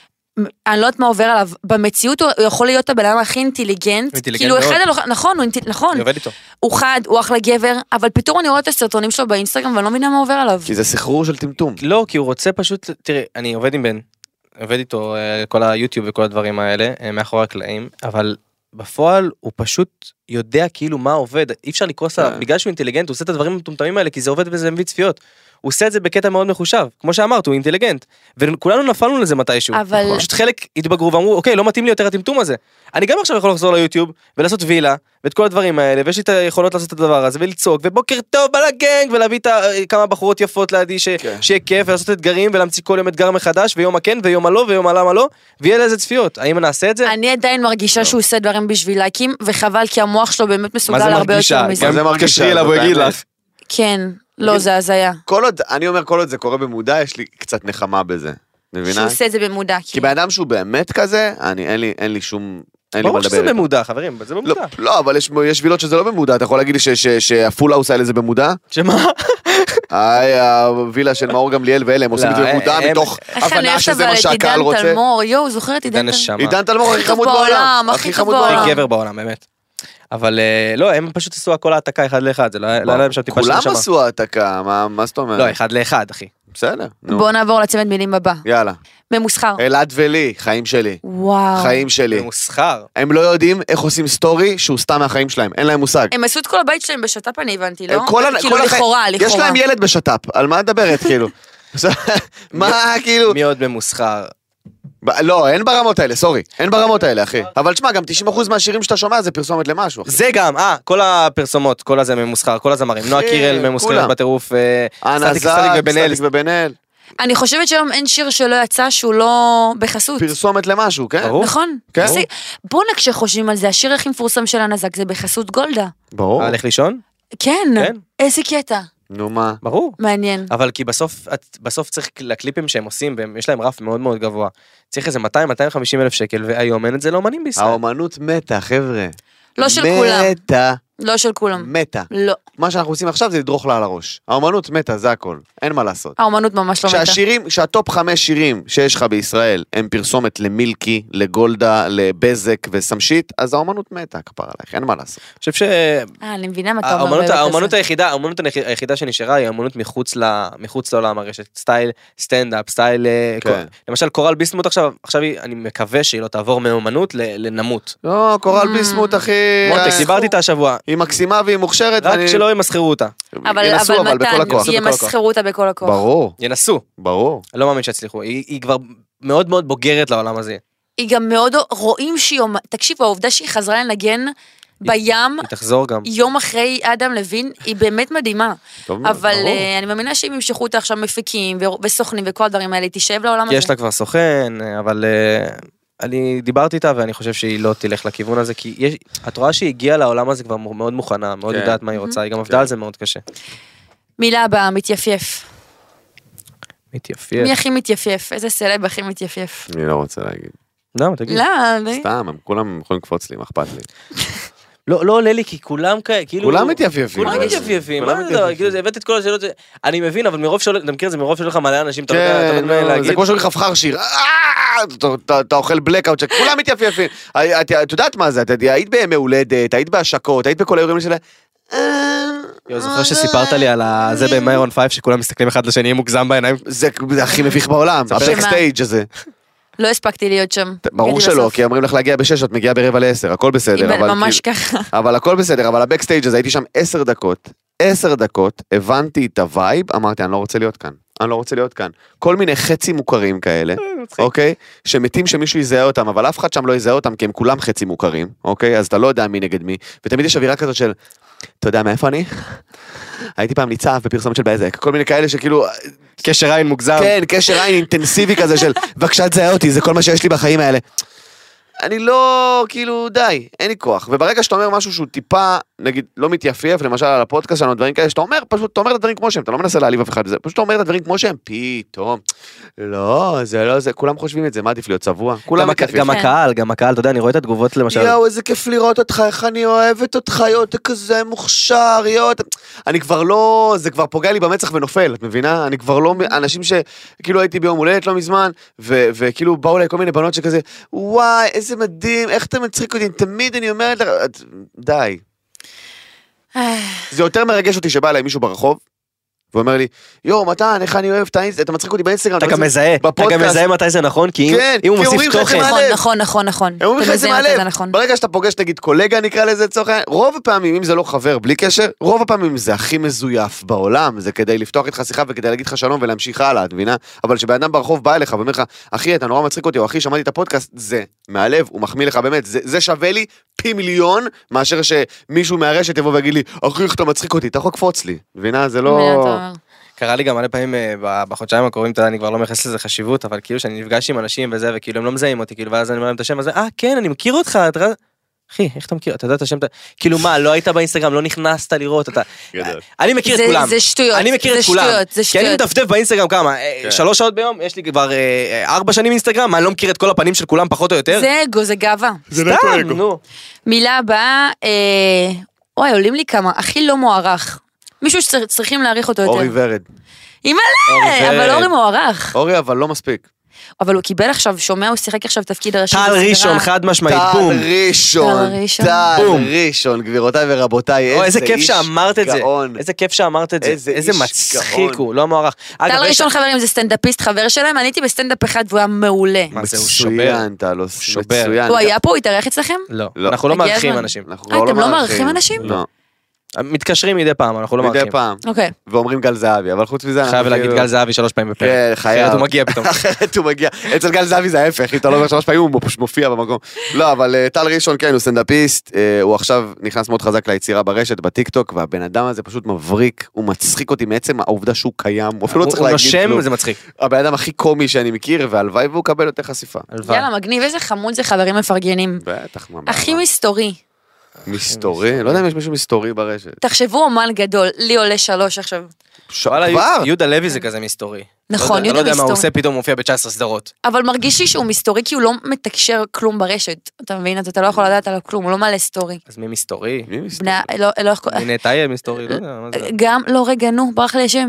אני לא יודעת מה עובר עליו, במציאות הוא יכול להיות הבן אדם הכי אינטליגנט, כאילו אחד, נכון, נכון, הוא חד, הוא אחלה גבר, אבל פתאום אני רואה את הסרטונים שלו באינסטגרם, ואני לא מבינה מה עובר עליו. כי זה סחרור של טמטום. לא, כי הוא רוצה פשוט, תראה, אני עובד עם בן, עובד איתו כל היוטיוב וכל הדברים האלה, מאחורי הקלעים, אבל בפועל הוא פשוט יודע כאילו מה עובד, אי אפשר לקרוס עליו, בגלל שהוא אינטליגנט, הוא עושה את הדברים המטומטמים האלה, כי זה עובד וזה מביא צפיות. הוא עושה את זה בקטע מאוד מחושב, כמו שאמרת, הוא אינטליגנט, וכולנו נפלנו לזה מתישהו. אבל... פשוט חלק התבגרו ואמרו, אוקיי, לא מתאים לי יותר הטמטום הזה. אני גם עכשיו יכול לחזור ליוטיוב, ולעשות וילה, ואת כל הדברים האלה, ויש לי את היכולות לעשות את הדבר הזה, ולצעוק, ובוקר טוב בלגנג, ולהביא את כמה בחורות יפות לידי, שיהיה כיף, ולעשות אתגרים, ולהמציא כל יום אתגר מחדש, ויום הכן, ויום הלא, ויום הלמה לא, ויהיה לזה צפיות. האם נעשה את זה? אני עדיין מרגישה שהוא עושה דברים בשביל לייקים, וחבל כי המוח שלו באמת מסוגל הרבה יותר מזה. מה זה מרגישה? גם הוא יגיד לך. כן, לא, זה הזיה. כל עוד, אני אומר, כל עוד זה קורה במודע, יש לי קצת נחמה בזה. מבינה? שהוא עושה את זה במודע. כי באדם שהוא באמת כזה, אני, אין לי, אין לי שום, אין לי מה לדבר. ברור שזה במודע, חברים, זה במודע. לא, לא, אבל יש, יש וילות שזה לא במודע, אתה יכול להגיד לי שהפולה עושה לזה במודע? שמה? היי, הווילה של מאור גמליאל ואלה, הם עושים את זה במודע מתוך הבנה שזה מה שהקהל רוצה. עידן תלמור, יואו, זוכרת עידן תלמור. עידן תלמור הכי חמוד בעולם, הכי חמוד בעולם. הכי גבר בעולם, באמת. אבל לא, הם פשוט עשו הכל העתקה אחד לאחד, זה לא היה להם שם טיפה של נשמה. כולם עשו העתקה, מה זאת אומרת? לא, אחד לאחד, אחי. בסדר. בואו נעבור לצמד מילים הבא. יאללה. ממוסחר. אלעד ולי, חיים שלי. וואו. חיים שלי. ממוסחר. הם לא יודעים איך עושים סטורי שהוא סתם מהחיים שלהם, אין להם מושג. הם עשו את כל הבית שלהם בשטאפ, אני הבנתי, לא? כאילו לכאורה, לכאורה. יש להם ילד בשטאפ, על מה מדברת, כאילו? מה, כאילו? מי עוד ממוסחר? לא, אין ברמות האלה, סורי, אין ברמות האלה, אחי. אבל תשמע, גם תשעים אחוז מהשירים שאתה שומע זה פרסומת למשהו, אחי. זה גם, אה, כל הפרסומות, כל הזה ממוסחר, כל הזמרים. נועה קירל ממוסחרת בטירוף, סטטיק סטטיק ובן-אל. אני חושבת שהיום אין שיר שלא יצא שהוא לא בחסות. פרסומת למשהו, כן? נכון. בוא נקשה חושבים על זה, השיר הכי מפורסם של הנזק זה בחסות גולדה. ברור. הלך לישון? כן, איזה קטע. נו מה? ברור. מעניין. אבל כי בסוף, בסוף צריך לקליפים שהם עושים, ויש להם רף מאוד מאוד גבוה. צריך איזה מאתיים עד מאתיים וחמישים אלף שקל, והיום אין את זה לאומנים בישראל. האומנות מתה, חבר'ה. לא של כולם. מתה. לא של כולם. מתה. לא. מה שאנחנו עושים עכשיו זה לדרוך לה על הראש. האומנות מתה, זה הכל. אין מה לעשות. האומנות ממש לא מתה. שהשירים, שהטופ חמש שירים שיש לך בישראל, הם פרסומת למילקי, לגולדה, לבזק וסמשית, אז האומנות מתה, כפר עליך, אין מה לעשות. אני חושב ש... אה, אני מבינה מה אתה אומר. האומנות היחידה, האומנות היחידה שנשארה היא האומנות מחוץ ל... מחוץ לעולם הרשת. סטייל סטנדאפ, סטייל... למשל, קורל ביסמוט עכשיו, עכשיו אני מקווה שהיא לא תעבור מאומנות לנמות. לא, קורל ביסמוט, אחי. מותק, דיברתי איתה השבוע. היא מקסימה והיא מוכשרת. רק שלא ימסחרו אותה. אבל מתן, ימסחרו אותה בכל הכוח. ברור. ינסו. ברור. אני לא מאמין שהצליחו. היא כבר מאוד מאוד בוגרת לעולם הזה. היא גם מאוד רואים שהיא... תקשיב, העובדה שהיא חזרה לנגן בים, היא תחזור גם. יום אחרי אדם לוין, היא באמת מדהימה. אבל אני מאמינה שאם ימשכו אותה עכשיו מפיקים וסוכנים וכל הדברים האלה, היא תשב לעולם הזה. יש לה כבר סוכן, אבל אני דיברתי איתה ואני חושב שהיא לא תלך לכיוון הזה, כי את רואה שהיא הגיעה לעולם הזה כבר מאוד מוכנה, מאוד יודעת מה היא רוצה, היא גם עבדה על זה מאוד קשה. מילה הבאה, מתייפייף. מתייפייף. מי הכי מתייפייף? איזה סלב הכי מתייפייף? אני לא רוצה להגיד. למה, תגיד. לא, סתם, כולם יכולים לקפוץ לי, מה אכפת לי? לא, לא עולה לי, כי כולם כאילו... כולם מתייפייפים. כולם מתייפייפים. הבאת את כל השאלות, אני מבין, אבל מרוב שואל, אתה מכיר את זה, מרוב שואל לך מלא אנשים, אתה לא יודע להגיד. זה כמו שאומרים חפחר שיר, אתה אוכל בלקאוט, שכולם מתייפייפים. את יודעת מה זה, היית בימי הולדת, היית בהשקות, היית בכל האירועים שלה. יו, זוכר שסיפרת לי על זה במיירון פייב, שכולם מסתכלים אחד לשני, עם מוגזם בעיניים. זה הכי מביך בעולם, הבקסטייג' הזה. לא הספקתי להיות שם. ברור שלא, כי אומרים לך להגיע בשש, את מגיעה ברבע לעשר, הכל בסדר. ממש ככה. אבל הכל בסדר, אבל הבקסטייג' הזה, הייתי שם עשר דקות, עשר דקות, הבנתי את הווייב, אמרתי, אני לא רוצה להיות כאן. אני לא רוצה להיות כאן. כל מיני חצי מוכרים כאלה, אוקיי? שמתים שמישהו יזהה אותם, אבל אף אחד שם לא יזהה אותם, כי הם כולם חצי מוכרים, אוקיי? אז אתה לא יודע מי נגד מי, ותמיד יש אווירה כזאת של, אתה יודע מאיפה אני? הייתי פעם ניצב בפרסומת של בזק, כל מיני כאלה שכאילו... קשר עין מוגזם. כן, קשר עין אינטנסיבי כזה של, בבקשה תזהה אותי, זה כל מה שיש לי בחיים האלה. אני לא, כאילו, די, אין לי כוח. וברגע שאתה אומר משהו שהוא טיפה, נגיד, לא מתייפייף, למשל על הפודקאסט שלנו, דברים כאלה, שאתה אומר, פשוט, אתה אומר את הדברים כמו שהם, אתה לא מנסה להעליב אף אחד, פשוט אתה אומר את הדברים כמו שהם, פתאום, לא, זה לא זה, כולם חושבים את זה, מה עדיף להיות צבוע? גם הקהל, גם הקהל, אתה יודע, אני רואה את התגובות למשל. יואו, איזה כיף לראות אותך, איך אני אוהבת אותך, יואו, אתה כזה מוכשר, יואו, אני כבר לא, זה כבר פוגע לי במצח ונופל, את מבינה? אני כבר לא, אנשים שכאילו הייתי ביום הולדת לא מזמן, וכאילו באו אליי כל מיני בנות שכזה, וואי, איזה מדהים, איך אתה מצחיק אותי, תמיד אני אומרת לך, די. זה יותר מרגש אותי שבא אליי מישהו ברחוב, והוא אומר לי, יו, מתן, איך אני אוהב, אתה מצחיק אותי באינסטגרם, אתה גם מזהה, אתה גם מזהה מתי זה נכון, כי אם הוא מוסיף תוכן. נכון, נכון, נכון. הם אומרים לך זה מהלב, ברגע שאתה פוגש, נגיד, קולגה נקרא לזה צורך, רוב הפעמים, אם זה לא חבר, בלי קשר, רוב הפעמים זה הכי מזויף בעולם, זה כדי לפתוח איתך שיחה וכדי להגיד לך שלום ולהמשיך הלאה, את מבינה? אבל שבאדם ברחוב בא אליך ואומר לך, אחי, אתה נורא מצחיק אותי, או אחי, שמעתי את הפודקאסט, זה מהלב, הוא מחמיא לך באמת, זה, זה שווה לי פי מיליון, מאשר שמישהו מהרשת יבוא ויגיד לי, אחי, איך אתה מצחיק אותי, אתה יכול לקפוץ לי, מבינה? זה לא... קרה לי גם מלא פעמים בחודשיים הקרובים, אני כבר לא מייחס לזה חשיבות, אבל כאילו שאני נפגש עם אנשים וזה, וכאילו הם לא מזהים אותי, כאילו, ואז אני אומר להם את השם הזה, אה, כן, אני מכיר אותך, אחי, איך אתה מכיר? אתה יודע את השם, כאילו מה, לא היית באינסטגרם, לא נכנסת לראות, אתה... אני מכיר את כולם. זה שטויות, אני מכיר את כולם. כי אני מדפדף באינסטגרם כמה, שלוש שעות ביום, יש לי כבר ארבע שנים אינסטגרם, אני לא מכיר את כל הפנים של כולם פחות או יותר. זה אגו, זה גאווה. סתם, נו. מילה הבאה, אוי, עולים לי כמה, הכי לא מוערך. מישהו שצריכים להעריך אותו יותר. אורי ורד. אימא'לה, אבל אורי מוערך. אורי, אבל לא מספיק. אבל הוא קיבל עכשיו, שומע, הוא שיחק עכשיו תפקיד הראשי. טל ראשון, חד משמעית, בום. טל ראשון, טל ראשון, גבירותיי ורבותיי, איזה איש גאון. איזה כיף שאמרת את זה, איזה מצחיק הוא, לא מוערך. טל ראשון חברים, זה סטנדאפיסט חבר שלהם, אני הייתי בסטנדאפ אחד והוא היה מעולה. מה זה, הוא שובר. שובר. הוא היה פה, הוא התארח אצלכם? לא, אנחנו לא מערכים אנשים. אתם לא מערכים אנשים? לא. מתקשרים מדי פעם, אנחנו לא מערכים. מדי פעם. אוקיי. ואומרים גל זהבי, אבל חוץ מזה... חייב להגיד גל זהבי שלוש פעמים בפרק. כן, חייב. אחרת הוא מגיע פתאום. אחרת הוא מגיע. אצל גל זהבי זה ההפך, אם אתה לא אומר שלוש פעמים, הוא מופיע במקום. לא, אבל טל ראשון, כן, הוא סטנדאפיסט, הוא עכשיו נכנס מאוד חזק ליצירה ברשת, בטיקטוק, והבן אדם הזה פשוט מבריק, הוא מצחיק אותי מעצם העובדה שהוא קיים, הוא אפילו לא צריך להגיד כלום. הוא נושם, זה מצחיק. הבן אדם הכי קומי שאני מכיר, והלוואי והוא קבל יותר חשיפה. יאללה, מגניב, איזה חמוד זה, חברים מפרגנים. בטח, מה. הכי מסתורי. מסתורי? לא יודע אם יש מישהו מסתורי ברשת. תחשבו אומן גדול, לי עולה שלוש עכשיו. כבר? יהודה לוי זה כזה מסתורי. נכון, יהודה מסתורי. מסתורי. לא יודע מה הוא עושה, פתאום מופיע ב-תשע עשרה סדרות. אבל מרגיש לי שהוא מסתורי כי הוא לא מתקשר כלום ברשת. אתה מבין? אתה לא יכול לדעת עליו כלום, הוא לא מעלה סטורי. אז מי מסתורי? מי מסתורי? הנה, תהיה מסתורי, לא יודע. גם, לא רגע, נו, ברח לי השם.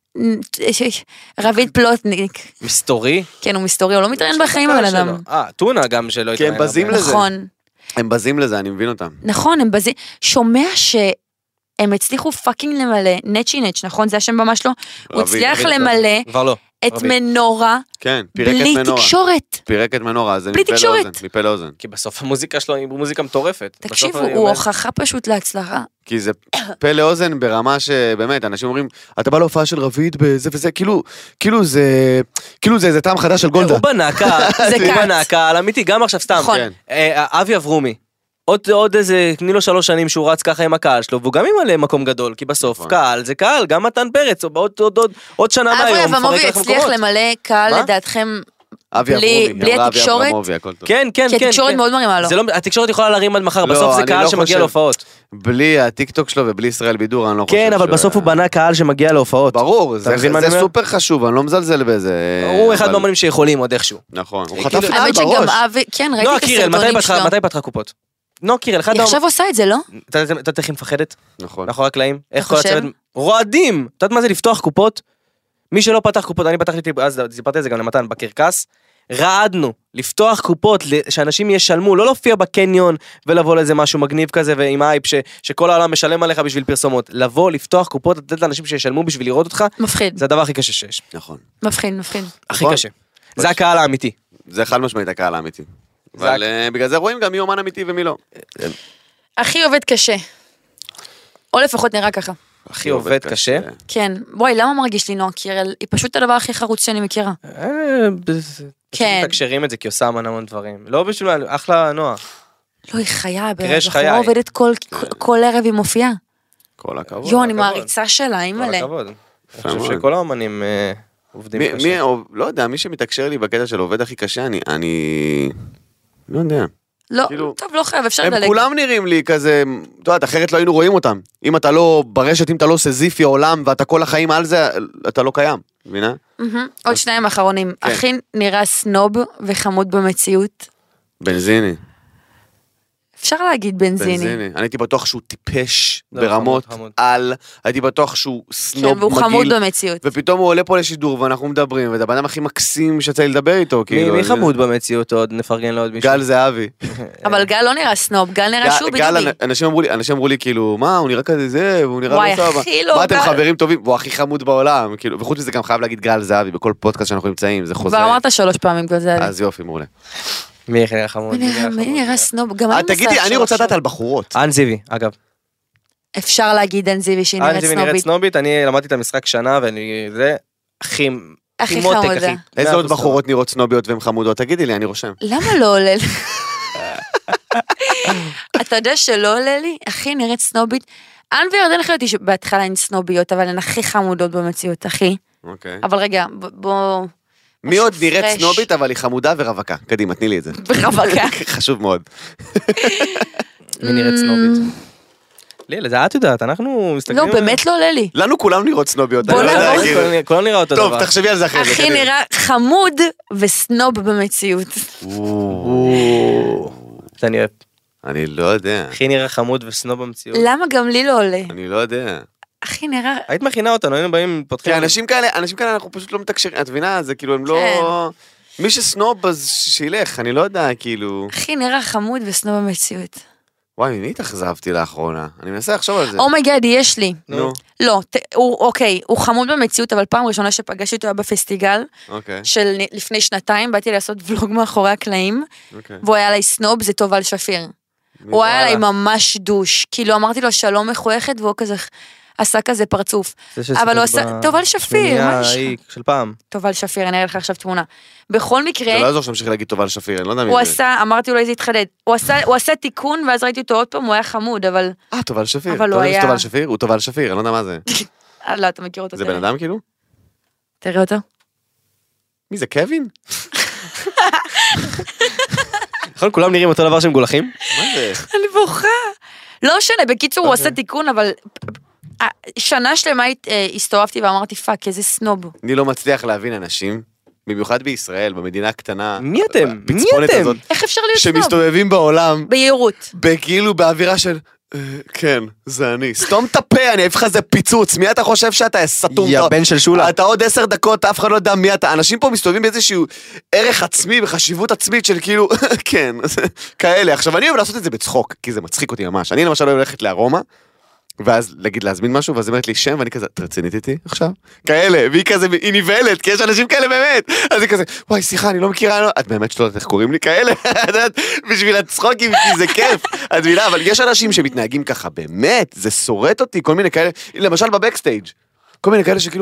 רביד פלוטניק. מסתורי? כן, הוא מסתורי, הוא לא מתראיין בחיים על אדם. אה, טונה גם שלא התראיין. כי הם בזים לזה. נכון. הם בזים לזה, אני מבין אותם. נכון, הם בזים. שומע שהם הצליחו פאקינג למלא, נצ'י נצ', נכון? זה השם ממש לא? הוא הצליח למלא את מנורה, בלי תקשורת. פירק את מנורה, זה מפה לאוזן. כי בסוף המוזיקה שלו היא מוזיקה מטורפת. תקשיבו, הוא הוכחה פשוט להצלחה. כי זה פה לאוזן ברמה שבאמת, אנשים אומרים, אתה בא להופעה של רביד בזה וזה, כאילו, כאילו זה, כאילו זה איזה טעם חדש של גולדה. הוא בנה קהל, הוא בנה קהל, אמיתי, גם עכשיו סתם. אבי אברומי, עוד, עוד איזה, תני לו שלוש שנים שהוא רץ ככה עם הקהל שלו, והוא גם ימלא מקום גדול, כי בסוף קהל זה קהל, גם מתן פרץ, או עוד, עוד, עוד, עוד שנה מהיום, אבי אברמוביץ' הצליח למלא קהל לדעתכם, בלי התקשורת? כן, כן, כן. כי התקשורת מאוד מרימה לו. התקשורת יכולה להרים עד מחר, בסוף זה קהל שמגיע להופעות. בלי הטיקטוק שלו ובלי ישראל בידור, אני לא חושב. כן, אבל בסוף הוא בנה קהל שמגיע להופעות. ברור, זה סופר חשוב, אני לא מזלזל בזה. הוא אחד מהאמנים שיכולים עוד איכשהו. נכון, הוא חטף נעל בראש. כן, ראיתי את הסרטונים שלו. מתי פתחה קופות? נו, קירל, אחד... היא עכשיו עושה את זה, לא? אתה יודעת איך היא מפחדת? נכון. מאחורי הקלעים? איך כל הצוות... רועדים! אתה יודעת מה זה לפתוח קופות? מי שלא פתח קופות, אני פתחתי, אז סיפרתי את זה גם למתן, בקרקס, רעדנו, לפתוח קופות, שאנשים ישלמו, לא להופיע בקניון, ולבוא לאיזה משהו מגניב כזה, ועם אייפ שכל העולם משלם עליך בשביל פרסומות. לבוא, לפתוח קופות, לתת לאנשים שישלמו בשביל לראות אותך, מפחיד. זה הדבר הכי קשה שיש. נכון. מפחיד, מפחיד. הכי קשה. זה הקהל האמיתי. זה חד משמעית הקהל האמיתי. אבל בגלל זה רואים גם מי אומן אמיתי ומי לא. הכי עובד קשה. או לפחות נראה ככה. הכי עובד קשה. כן. וואי, למה מרגיש לי נועה קירל? היא פשוט הדבר הכי חרוץ שאני מכירה. כן. מתקשרים את זה כי עושה המון המון דברים. לא בשביל, אחלה נועה. לא, היא חיה. בחורה עובדת כל ערב היא מופיעה. כל הכבוד. יו, אני מעריצה שלה, היא מלא. כל הכבוד. אני חושב שכל האמנים עובדים קשה. לא יודע, מי שמתקשר לי בקטע של עובד הכי קשה, אני... לא יודע. לא, טוב, לא חייב, אפשר לדלג. הם כולם נראים לי כזה, אתה יודע, אחרת לא היינו רואים אותם. אם אתה לא ברשת, אם אתה לא סזיפי עולם, ואתה כל החיים על זה, אתה לא קיים, מבינה? עוד שניים אחרונים. הכי נראה סנוב וחמוד במציאות. בנזיני. אפשר להגיד בנזיני. בנזיני. אני הייתי בטוח שהוא טיפש ברמות על, הייתי בטוח שהוא סנוב מגעיל. והוא חמוד במציאות. ופתאום הוא עולה פה לשידור ואנחנו מדברים, וזה הבן הכי מקסים שיצא לי לדבר איתו. מי חמוד במציאות עוד? נפרגן לו עוד מישהו. גל זהבי. אבל גל לא נראה סנוב, גל נראה שהוא בדיובי. אנשים אמרו לי, אנשים אמרו לי כאילו, מה, הוא נראה כזה זה, והוא נראה לא סבבה. מה אתם חברים טובים? והוא הכי חמוד בעולם, כאילו, וחוץ מזה גם חייב להגיד גל זהבי בכל פודקאסט שאנחנו נמצאים, זה חוזר. כבר אמרת שלוש פעמים גל זהבי. אז יופי, מעולה. מי נראה חמוד? מי נראה סנוב? גם אני תגידי, אני רוצה לדעת על בחורות. אן זיוי, אגב. אפשר להגיד אן זיוי שהיא נראית סנובית. אן זיוי נראית סנובית, אני למדתי את המשחק שנה, ואני, זה הכי... הכי חמודה. איזה עוד בחורות נראות סנוביות והן חמודות? תגידי לי, אני רושם. למה לא עולה לי? אתה יודע שלא עולה לי? הכי נראית סנובית. אן וירדן חייתי שבהתחלה הן סנוביות, אבל הן הכי חמודות במציאות, הכי. אבל רגע, בוא... מי עוד נראית סנובית, אבל היא חמודה ורווקה. קדימה, תני לי את זה. ורווקה. חשוב מאוד. מי נראית סנובית? לילה, זה את יודעת, אנחנו מסתכלים... לא, באמת לא עולה לי. לנו כולם נראות סנוביות. בוא נעבור. כולם נראה אותו דבר. טוב, תחשבי על זה אחרי זה. הכי נראה חמוד וסנוב במציאות. זה אני אוהב. אני לא יודע. הכי נראה חמוד וסנוב במציאות. למה גם לי לא עולה? אני לא יודע. הכי נראה... היית מכינה אותנו, היינו באים, פותחים... כי אנשים כאלה, אנשים כאלה אנחנו פשוט לא מתקשרים, את מבינה? זה כאילו הם לא... מי שסנוב אז שילך, אני לא יודע, כאילו... הכי נראה חמוד וסנוב במציאות. וואי, מי התאכזבתי לאחרונה? אני מנסה לחשוב על זה. אומייגאד, יש לי. נו. לא, אוקיי, הוא חמוד במציאות, אבל פעם ראשונה שפגשתי אותו היה בפסטיגל, של לפני שנתיים, באתי לעשות ולוג מאחורי הקלעים, והוא היה עליי סנוב, זה טובל שפיר. הוא היה עליי ממש דוש, כאילו אמרתי לו שלום מחויכת, והוא כזה... עשה כזה פרצוף. אבל הוא עשה, תובל שפיר. של פעם. תובל שפיר, אני אראה לך עכשיו תמונה. בכל מקרה... זה לא יעזור שתמשיך להגיד תובל שפיר, אני לא יודע מי זה. הוא עשה, אמרתי אולי זה יתחדד. הוא עשה תיקון, ואז ראיתי אותו עוד פעם, הוא היה חמוד, אבל... אה, תובל שפיר. אבל הוא היה... תובל שפיר? הוא תובל שפיר, אני לא יודע מה זה. לא, אתה מכיר אותו. זה בן אדם כאילו? תראה אותו. מי זה, קווין? נכון, כולם נראים אותו דבר שהם גולחים? מה זה? אני בוכה. לא משנה, בקיצור הוא עשה תיקון, אבל... שנה שלמה הסתובבתי ואמרתי פאק, איזה סנוב. אני לא מצליח להבין אנשים, במיוחד בישראל, במדינה הקטנה. מי אתם? מי אתם? איך אפשר להיות סנוב? שמסתובבים בעולם. ביהירות. כאילו באווירה של, כן, זה אני. סתום את הפה, אני אוהב לך איזה פיצוץ. מי אתה חושב שאתה סתום? יא בן של שולה. אתה עוד עשר דקות, אף אחד לא יודע מי אתה. אנשים פה מסתובבים באיזשהו ערך עצמי וחשיבות עצמית של כאילו, כן, כאלה. עכשיו אני אוהב לעשות את זה בצחוק, כי זה מצחיק אותי ממש. אני למשל אוהב ללכת לארומה, ואז להגיד להזמין משהו, ואז היא אומרת לי שם, ואני כזה, את רצינית איתי עכשיו? כאלה, והיא כזה, היא ניבלת, כי יש אנשים כאלה באמת. אז היא כזה, וואי, סליחה, אני לא מכירה, את באמת שלא יודעת איך קוראים לי כאלה? בשביל הצחוקים, כי זה כיף. את מבינה, אבל יש אנשים שמתנהגים ככה, באמת, זה שורט אותי, כל מיני כאלה, למשל בבקסטייג', כל מיני כאלה שכאילו...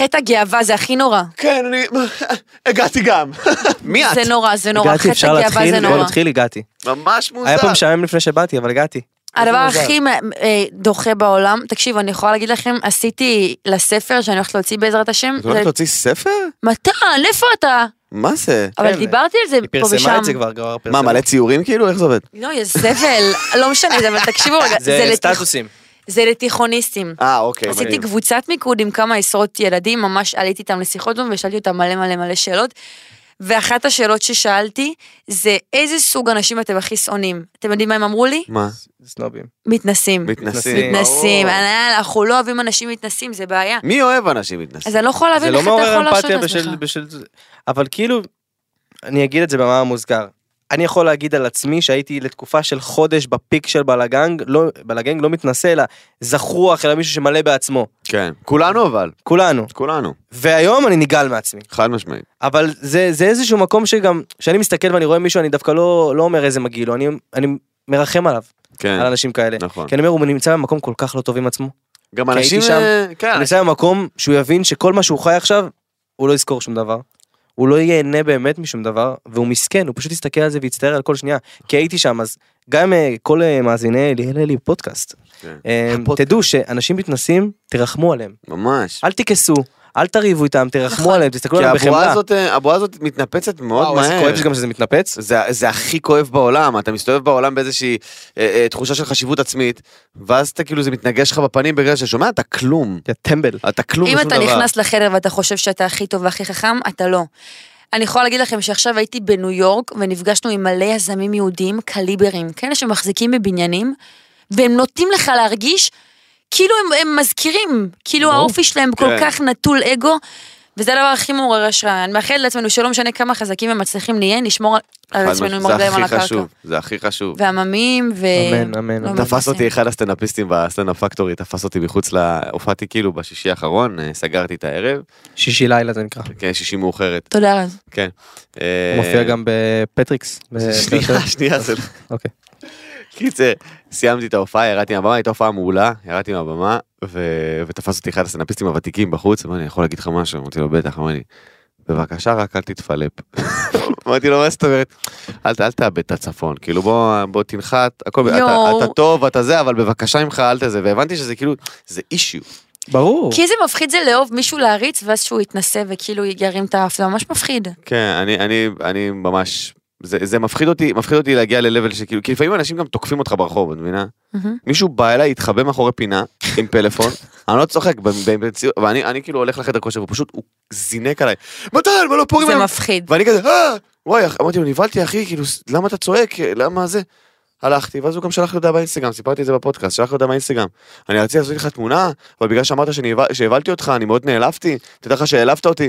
חטא הגאווה זה הכי נורא. כן, אני... הגעתי גם. מי את? זה נורא, זה נורא. הגעתי, חטא אפשר הגאווה להתחיל? זה בוא נורא. נתחיל, הגעתי. ממש מוזר. היה פה משעמם לפני שבאתי, אבל הגעתי. הדבר הכי אה, דוחה בעולם, תקשיב, אני יכולה להגיד לכם, עשיתי לספר שאני הולכת להוציא בעזרת השם. את הולכת להוציא ספר? מתן, איפה אתה? מה זה? אבל כן, דיברתי על זה היא פה ושם. פרסמה את זה כבר, כבר פרסמה. מה, מלא ציורים כאילו? איך זה עובד? לא, יש זבל, לא משנה, אבל תקשיבו רגע. זה לתיכ- סטטוסים. זה לתיכוניסטים. אה, אוקיי. עשיתי מדהים. קבוצת מיקוד עם כמה עשרות ילדים, ממש עליתי איתם לשיחות זום ושאלתי אותם מלא מלא מלא שאלות. ואחת השאלות ששאלתי זה איזה סוג אנשים אתם הכי שונאים. אתם יודעים מה הם אמרו לי? מה? סנובים. מתנסים. מתנסים. מתנסים. ברור. אנחנו לא אוהבים אנשים מתנסים, זה בעיה. מי אוהב אנשים מתנסים? אז אני לא יכולה זה להבין לא איך אתה מעורר יכול להרשות אמפתיה לעצמך. בשל, בשל... אבל כאילו, אני אגיד את זה במאמר מוזכר. אני יכול להגיד על עצמי שהייתי לתקופה של חודש בפיק של בלגנג, לא, בלגנג לא מתנסה, אלא זכרוח, אלא מישהו שמלא בעצמו. כן. כולנו אבל. כולנו. כולנו. והיום אני ניגל מעצמי. חד משמעית. אבל זה, זה איזשהו מקום שגם, כשאני מסתכל ואני רואה מישהו, אני דווקא לא, לא אומר איזה מגעיל, לו, אני, אני מרחם עליו, כן. על אנשים כאלה. נכון. כי אני אומר, הוא נמצא במקום כל כך לא טוב עם עצמו. גם כי אנשים... הייתי שם, אה, כן. הוא נמצא במקום שהוא יבין שכל מה שהוא חי עכשיו, הוא לא יזכור שום דבר. הוא לא ייהנה באמת משום דבר, והוא מסכן, הוא פשוט יסתכל על זה ויצטער על כל שנייה. כי הייתי שם, אז גם אה, כל אה, מאזיני ליהל לי פודקאסט, כן. אה, הפודקאסט. תדעו שאנשים מתנסים, תרחמו עליהם. ממש. אל תכסו, אל תריבו איתם, תרחמו עליהם, תסתכלו כי עליהם הבועה בחמלה. הזאת, הבועה הזאת מתנפצת מאוד וואו, איזה מהר. כואב שגם שזה מתנפץ. זה, זה הכי כואב בעולם, אתה מסתובב בעולם באיזושהי אה, אה, תחושה של חשיבות עצמית, ואז אתה כאילו זה מתנגש לך בפנים בגלל ששומע, אתה כלום. יא טמבל. אתה כלום אם בשום אתה דבר. נכנס לחדר ואתה חושב שאתה הכי טוב והכי חכם, אתה לא. אני יכולה להגיד לכם שעכשיו הייתי בניו יורק ונפגשנו עם מלא יזמים יהודים קליברים, כאלה שמחזיקים בבניינים, והם נוטים לך להרגיש כאילו הם, הם מזכירים, כאילו האופי שלהם כל כן. כך נטול אגו, וזה הדבר הכי מעורר השראה. אני מאחלת לעצמנו שלא משנה כמה חזקים ומצליחים נהיה, נשמור על חד עצמנו עם משמעית. הרגליים על זה הכי הקרקע. חשוב, זה הכי חשוב. ועממים ו... אמן, אמן, לא אמן. תפס אותי אחד הסטנדאפיסטים בסטנדאפ פקטורי, תפס אותי מחוץ ל... הופעתי כאילו בשישי האחרון, אה, סגרתי את הערב, שישי לילה זה נקרא. כן, שישי מאוחרת, תודה רז. כן. הוא מופיע גם בפטריקס. שנייה, שנייה, זה לא... אוקיי. קיצר, סיימתי את ההופעה, ירדתי מהבמה, הייתה הופעה מעולה, ירדתי מהבמה, ו- ותפס אותי אחד הסטנדאפיסטים הוותיקים בחוץ, אמר לי, אני יכול להגיד לך משהו? אמרתי לו, בטח, אמר לי, בבקשה, רק אל תתפלפ. אמרתי לו, מה זאת אומרת? אל, אל תאבד את הצפון, כאילו בוא, בוא תנחת, הכל, אתה, יואו. אתה טוב, אתה זה, אבל בבקשה ממך, אל תזה, והבנתי שזה כאילו, זה אישיו. ברור. כי איזה מפחיד זה לאהוב מישהו להריץ, ואז שהוא יתנסה וכאילו ירים את האף, זה ממש מפחיד. כן, אני, אני, אני ממש, זה, זה מפחיד אותי, מפחיד אותי להגיע ללבל שכאילו, כי לפעמים אנשים גם תוקפים אותך ברחוב, את מבינה? מישהו בא אליי, התחבא מאחורי פינה, עם פלאפון, אני לא צוחק, במציאות, ואני אני כאילו הולך לחדר כושר, ופשוט הוא זינק עליי, מתן, מה לא פורים? זה מפחיד. ואני כזה, אה, וואי, אמרתי לו, נבלתי אחי, כאילו, למה אתה צועק, למה זה? הלכתי, ואז הוא גם שלח לי הודעה באינסטגרם, סיפרתי את זה בפודקאסט, שלח לי הודעה באינסטגרם, אני רציתי לעשות לך תמונה, אבל בגלל שאמרת שהבלתי אותך, אני מאוד נעלבתי, תדע לך שהעלבת אותי.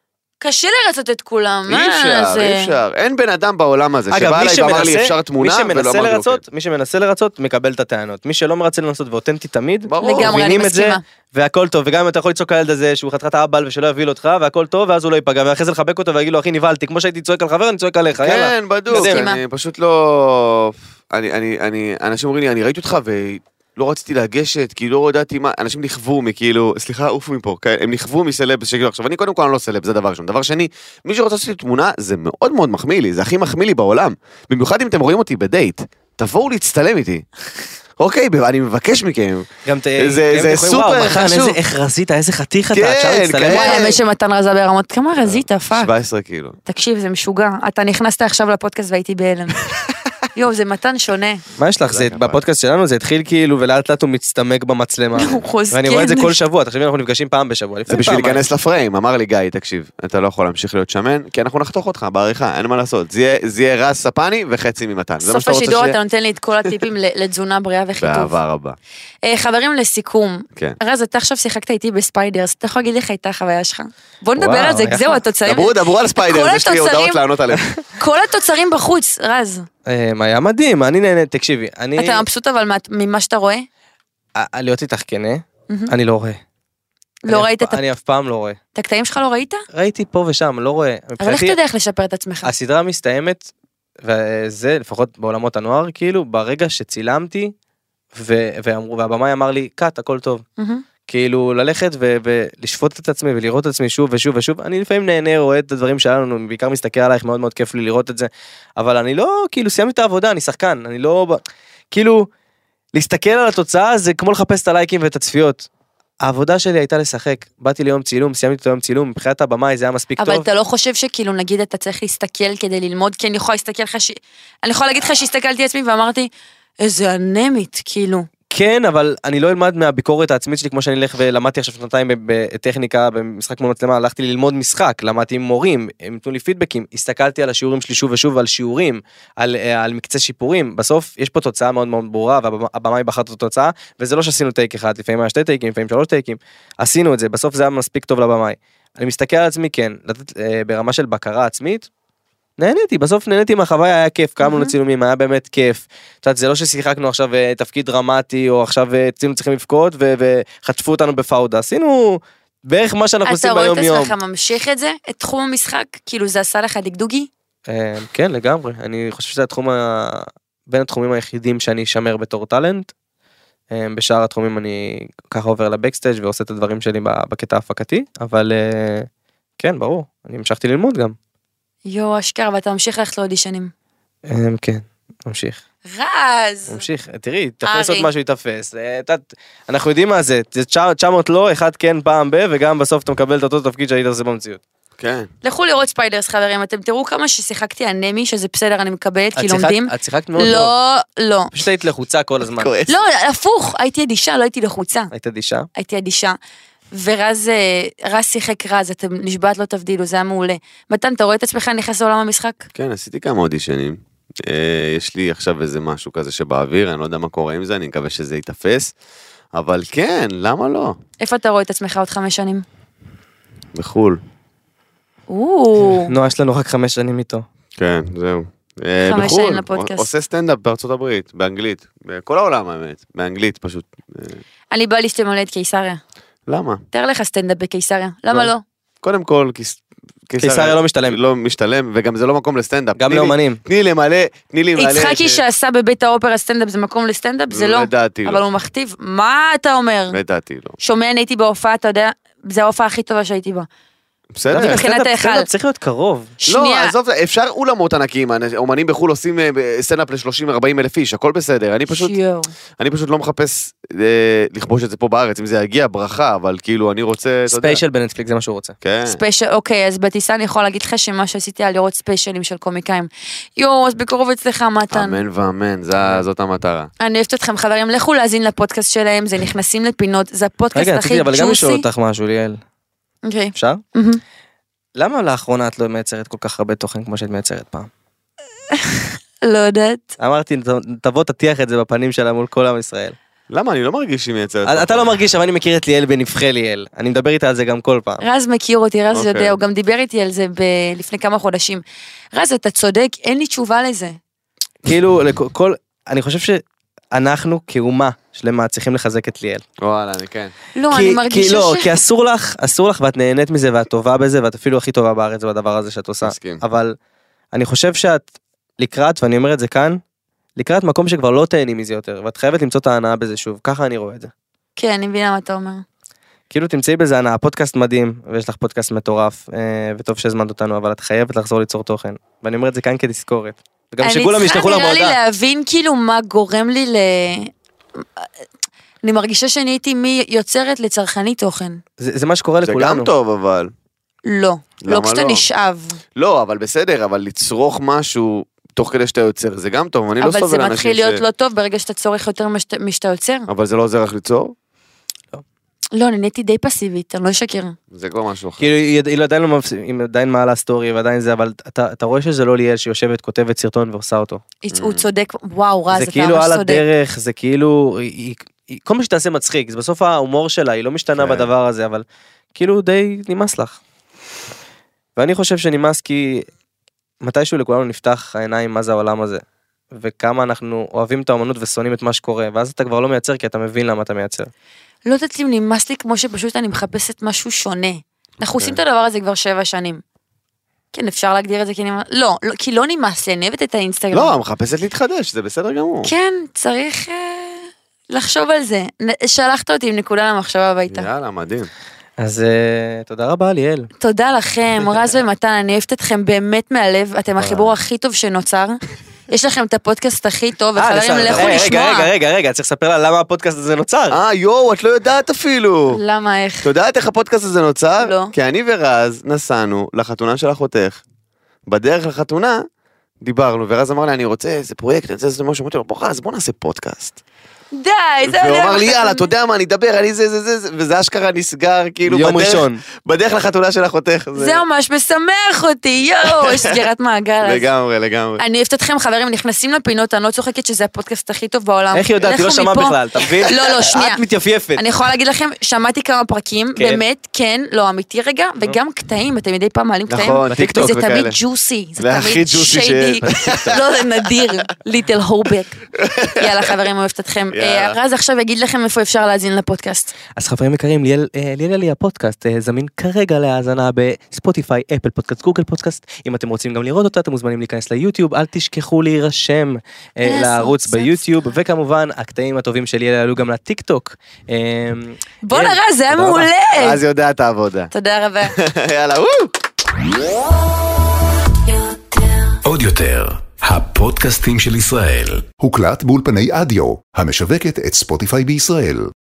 קשה לרצות את כולם, אי אפשר, אי אפשר, אין בן אדם בעולם הזה, אגב, שבא מי אליי ואמר לי שמנסה, אפשר מי תמונה, ולא שמנסה אמר לי לרצות, מי שמנסה לרצות, מקבל את הטענות. מי שלא מרצה לנסות ואותנטי תמיד, ברור. לגמרי, אני מבינים את זה, מסכימה. והכל טוב, וגם אם אתה יכול לצעוק על הילד הזה שהוא חתיכת האבל ושלא יביל אותך, והכל טוב, ואז הוא לא ייפגע, ואחרי זה לחבק אותו ויגיד לו, אחי, נבהלתי, כמו שהייתי צועק על חבר, אני צועק עליך, יאללה. כן, בדיוק, מסכימה. אני פשוט לא... אני, אני, אני, אנשים אומרים לי, אני ראיתי אותך ולא רציתי לגשת, כי לא ידעתי מה, אנשים נכוו מכאילו, סליחה, עופו מפה, הם נכוו מסלב, שכאילו, עכשיו אני קודם כל אני לא סלב, זה דבר ראשון. דבר שני, מי שרוצה לעשות לי תמונה, זה מאוד מאוד מחמיא לי, זה הכי מחמיא לי בעולם. במיוחד אם אתם רואים אותי בדייט, תבואו להצטלם איתי. אוקיי, אני מבקש מכם. גם ת... זה- גם זה תכולים, סופר וואו, מחן, חשוב. איזה- איך רזית, איזה חתיך כן, אתה, אפשר להצטלם? כן. וואי, האמת שמתן רזה ברמות, כמה רזית, פאק. שבע עשרה קילו. תקשיב, זה משוגע. אתה נכנסת עכשיו לפודקאסט והייתי בהלם. יואו, זה מתן שונה. מה יש לך? זה הכבוד. בפודקאסט שלנו זה התחיל כאילו ולאט לאט הוא מצטמק במצלמה. הוא חוזקן. ואני רואה את זה כל שבוע, תחשבי אנחנו נפגשים פעם בשבוע. זה לפעמים בשביל פעמיים. להיכנס לפריים, אמר לי גיא, תקשיב, אתה לא יכול להמשיך להיות שמן, כי אנחנו נחתוך אותך בעריכה, אין מה לעשות, זה יהיה- זה יהיה רז ספני וחצי ממתן. זה מה סוף שאתה רוצה השידור שיהיה? אתה נותן לי את כל הטיפים ל- לתזונה בריאה וחיטוב. באהבה רבה. אה, חברים, לסיכום. כן. רז, אתה עכשיו שיחקת איתי בספיידרס, אתה יכול להגיד לך הייתה החוויה שלך? בוא נדבר וואו, על זה, איך- זהו, התוצרים. דברו, דברו על ספיידר, כל יש לי התוצרים- הודעות לענות עליהם. כל התוצרים בחוץ, רז. אה, היה מדהים, אני נהנה, תקשיבי, אני... אתה מבסוט אבל מה- ממה שאתה רואה? אה, להיות איתך כנה, אני לא רואה. אני לא אף ראית פ- את ה- אני אף פעם לא רואה. את הקטעים שלך, לא ראית? ראיתי פה ושם, לא רואה. אבל איך מבחינתי, אתה יודע איך לשפר את עצמך? הסדרה מסתיימת, וזה לפחות בעולמות הנוער, כאילו, ברגע שצילמתי, ו- ואמרו, והבמאי אמר לי, קאט, הכל טוב. מהמם. כאילו ללכת ו- ולשפוט את עצמי ולראות את עצמי שוב ושוב ושוב, אני לפעמים נהנה, רואה את הדברים שלנו, בעיקר מסתכל עלייך, מאוד מאוד כיף לי לראות את זה, אבל אני לא, כאילו סיימתי את העבודה, אני שחקן, אני לא, כאילו, להסתכל על התוצאה זה כמו לחפש את הלייקים ואת הצפיות. העבודה שלי הייתה לשחק, באתי ליום צילום, סיימתי את היום צילום, מבחינת הבמאי זה היה מספיק אבל טוב. אבל אתה לא חושב שכאילו נגיד אתה צריך להסתכל כדי ללמוד, כי אני יכולה להסתכל לך ש... אני יכולה להגיד לך שהסתכלתי עצמי ואמרתי, איזה אנמית, כאילו. כן, אבל אני לא אלמד מהביקורת העצמית שלי, כמו שאני אלך ולמדתי עכשיו שנתיים בטכניקה, במשחק כמו מצלמה, הלכתי ללמוד משחק, למדתי עם מורים, הם נתנו לי פידבקים, הסתכלתי על השיעורים שלי שוב ושוב, על שיעורים, על, על מקצה שיפורים, בסוף יש פה תוצאה מאוד מאוד ברורה, והבמאי בחר את התוצאה, וזה לא שעשינו טייק אחד, לפעמים היה שתי טייקים, לפעמים שלוש טייקים, עשינו את זה, בסוף זה היה מספיק טוב לבמאי. אני מסתכל על עצמי, כן, לתת, ברמה של בקרה עצמית, נהניתי, בסוף נהניתי מהחוויה, היה כיף, קמנו לצילומים, היה באמת כיף. את יודעת, זה לא ששיחקנו עכשיו תפקיד דרמטי, או עכשיו צילום צריכים לפקוד, וחטפו אותנו בפאודה. עשינו בערך מה שאנחנו עושים ביום יום. אתה רואה את עצמך ממשיך את זה, את תחום המשחק? כאילו זה עשה לך דגדוגי? כן, לגמרי. אני חושב שזה התחום, בין התחומים היחידים שאני אשמר בתור טלנט. בשאר התחומים אני ככה עובר לבקסטייג' ועושה את הדברים שלי בקטע ההפקתי, אבל כן, ברור, אני המשכתי ללמוד גם. יו, אשכרה, ואתה ממשיך ללכת לאודישנים. כן, ממשיך. רז! ממשיך, תראי, תפס עוד משהו יתפס. אנחנו יודעים מה זה, זה תשע מאות לא, אחד כן פעם ב, וגם בסוף אתה מקבל את אותו תפקיד שהיית עושה במציאות. כן. לכו לראות ספיידרס, חברים, אתם תראו כמה ששיחקתי אנמי, שזה בסדר, אני מקבלת, כי לומדים. את שיחקת מאוד טוב. לא, לא. פשוט היית לחוצה כל הזמן. לא, הפוך, הייתי אדישה, לא הייתי לחוצה. היית אדישה? הייתי אדישה. ורז, רז שיחק רז, אתם נשבעת לא תבדילו, זה היה מעולה. מתן, אתה רואה את עצמך נכנס לעולם המשחק? כן, עשיתי כמה אודישנים. יש לי עכשיו איזה משהו כזה שבאוויר, אני לא יודע מה קורה עם זה, אני מקווה שזה יתפס. אבל כן, למה לא? איפה אתה רואה את עצמך עוד חמש שנים? בחול. נו, יש לנו רק חמש שנים איתו. כן, זהו. חמש שנים לפודקאסט. עושה סטנדאפ בארצות הברית, באנגלית. בכל העולם האמת, באנגלית פשוט. אני באה להשתמולד קיסריה. למה? תאר לך סטנדאפ בקיסריה, למה לא? קודם כל, קיסריה לא משתלם. לא משתלם, וגם זה לא מקום לסטנדאפ. גם לאומנים. תני לי מלא, תני לי מלא. יצחקי שעשה בבית האופרה סטנדאפ זה מקום לסטנדאפ? זה לא. לדעתי לא. אבל הוא מכתיב, מה אתה אומר? לדעתי לא. שומע, אני הייתי בהופעה, אתה יודע, זה ההופעה הכי טובה שהייתי בה. בסדר. מבחינת ההיכל. צריך להיות קרוב. שנייה. לא, עזוב, אפשר אולמות ענקים, אומנים בחול עושים סטנדאפ ל-שלושים ארבעים אלף איש, הכל בסדר, אני פשוט, אני פשוט לא מחפש לכבוש את זה פה בארץ, אם זה יגיע ברכה, אבל כאילו אני רוצה, ספיישל בנטפליקס, זה מה שהוא רוצה. כן. ספיישל, אוקיי, אז בטיסה אני יכול להגיד לך שמה שעשיתי היה לראות ספיישלים של קומיקאים. יו, אז בקרוב אצלך מתן. אמן ואמן, זאת המטרה. אני אוהבת אתכם חברים, לכו להזין לפודקאסט שלהם, זה נכנסים לפינות, זה הפודקאסט הכי רגע, אבל גם לשאול אותך משהו, ליאל. אוקיי. אפשר? למה לאחרונה את לא מייצרת כל כך הרבה תוכן כמו שאת מייצרת פעם? לא יודעת. אמרתי, תבוא תטיח את זה בפנים שלה מול כל עם ישראל. למה? אני לא מרגיש שהיא מייצרת. אתה לא מרגיש, אבל אני מכיר את ליאל בנבחי ליאל. אני מדבר איתה על זה גם כל פעם. רז מכיר אותי, רז יודע, הוא גם דיבר איתי על זה לפני כמה חודשים. רז, אתה צודק, אין לי תשובה לזה. כאילו, אני חושב שאנחנו כאומה שלמה צריכים לחזק את ליאל. וואלה, אני כן. לא, אני מרגישה ש... לא, כי אסור לך, אסור לך, ואת נהנית מזה, ואת טובה בזה, ואת אפילו הכי טובה בארץ בדבר הזה שאת עושה. מסכים. אבל אני חושב שאת לקראת, ואני אומר את זה כאן, לקראת מקום שכבר לא תהני מזה יותר, ואת חייבת למצוא את ההנאה בזה שוב, ככה אני רואה את זה. כן, אני מבינה מה אתה אומר. כאילו תמצאי בזה הנאה, פודקאסט מדהים, ויש לך פודקאסט מטורף, וטוב שהזמנת אותנו, אבל את חייבת לחזור ליצור תוכן. ואני אומר את זה כאן כתזכורת. וגם שכולם ישלחו לך אני צריכה בהודעה. נראה לי להבין כאילו מה גורם לי ל... אני מרגישה שאני הייתי מי יוצרת לצרכני תוכן. זה, זה מה שקורה לכולנו. זה גם טוב, אבל... לא, לא כשאתה נשאב. לא, אבל בסדר, אבל לצרוך משהו תוך כדי שאתה יוצר, זה גם טוב, אני לא סובל אנשים ש... אבל זה מתחיל להיות לא טוב ברגע שאתה צורך יותר משאתה יוצר. אבל זה לא עוזר לך ליצור? לא. לא, אני נהייתי די פסיבית, אני לא אשקר. זה כבר משהו אחר. כאילו, היא עדיין לא מפסיק, היא עדיין מעלה סטורי, ועדיין זה, אבל אתה רואה שזה לא ליאל שיושבת, כותבת סרטון ועושה אותו. הוא צודק, וואו, רז, זה כאילו על הדרך, זה כאילו, כל מה שתעשה מצחיק, זה בסוף ההומור שלה, היא לא משתנה בדבר הזה, אבל כאילו די נמאס לך. ואני חושב שנמאס כי מתישהו לכולנו נפתח העיניים מה זה העולם הזה, וכמה אנחנו אוהבים את האמנות ושונאים את מה שקורה, ואז אתה כבר לא מייצר כי אתה מבין למה אתה מייצר. לא יודעת אם נמאס לי כמו שפשוט אני מחפשת משהו שונה. אנחנו עושים את הדבר הזה כבר שבע שנים. כן, אפשר להגדיר את זה כי נמאס... לא, כי לא נמאס לי, אני אוהבת את האינסטגרם. לא, מחפשת להתחדש, זה בסדר גמור. כן, צריך לחשוב על זה. שלחת אותי עם נקודה למחשבה הביתה. יאללה, מדהים. אז uh, תודה רבה, ליאל. תודה לכם, רז ומתן, אני אוהבת אתכם באמת מהלב, אתם החיבור הכי טוב שנוצר. יש לכם את הפודקאסט הכי טוב, וחברים, לכו לשמוע. רגע, רגע, רגע, צריך לספר לה למה הפודקאסט הזה נוצר. אה, יואו, את לא יודעת אפילו. למה, איך? את יודעת איך הפודקאסט הזה נוצר? לא. כי אני ורז נסענו לחתונה של אחותך. בדרך לחתונה, דיברנו, ורז אמר לי, אני רוצה איזה פרויקט, אני רוצה איזה משהו, אמרתי לו, בוא רז, בוא נעשה פודקאסט. די, זה... והוא אמר לי, יאללה, אתה יודע מה, אני אדבר, אני זה, זה, זה, וזה אשכרה נסגר, כאילו, יום ראשון. בדרך לחתונה של אחותך. זה ממש משמח אותי, יואו, יש סגירת מעגל. לגמרי, לגמרי. אני אוהבת אתכם, חברים, נכנסים לפינות, אני לא צוחקת שזה הפודקאסט הכי טוב בעולם. איך יודעת, היא לא שמעה בכלל, אתה מבין? לא, לא, שנייה. את מתייפייפת. אני יכולה להגיד לכם, שמעתי כמה פרקים, באמת, כן, לא אמיתי רגע, וגם קטעים, אתם מדי פעם מעלים קטעים. נכון, טיקטוק וזה וכאלה. תמיד ג'וסי, זה זה הכי תמיד ג'וסי שיידי. לא, זה נדיר, ליטל הובק. יאללה, חברים, אוהבת אתכם. רז עכשיו יגיד לכם איפה אפשר להזין לפודקאסט. אז חברים יקרים, ליאל עלי הפודקאסט זמין כרגע להאזנה בספוטיפיי, אפל פודקאסט, גוגל פודקאסט. אם אתם רוצים גם לראות אותה, אתם מוזמנים להיכנס ליוטיוב, אל תשכחו להירשם לערוץ ביוטיוב, וכמובן, הקטעים הטובים של ליאל עלו גם לטיק טוק. בוא נראה, זה היה מעולה. אז יודע את העבודה. תודה רבה. יאללה, וואו. עוד יותר, הפודקאסטים של ישראל. הוקלט באולפני אדיו, המשווקת את ספוטיפיי בישראל.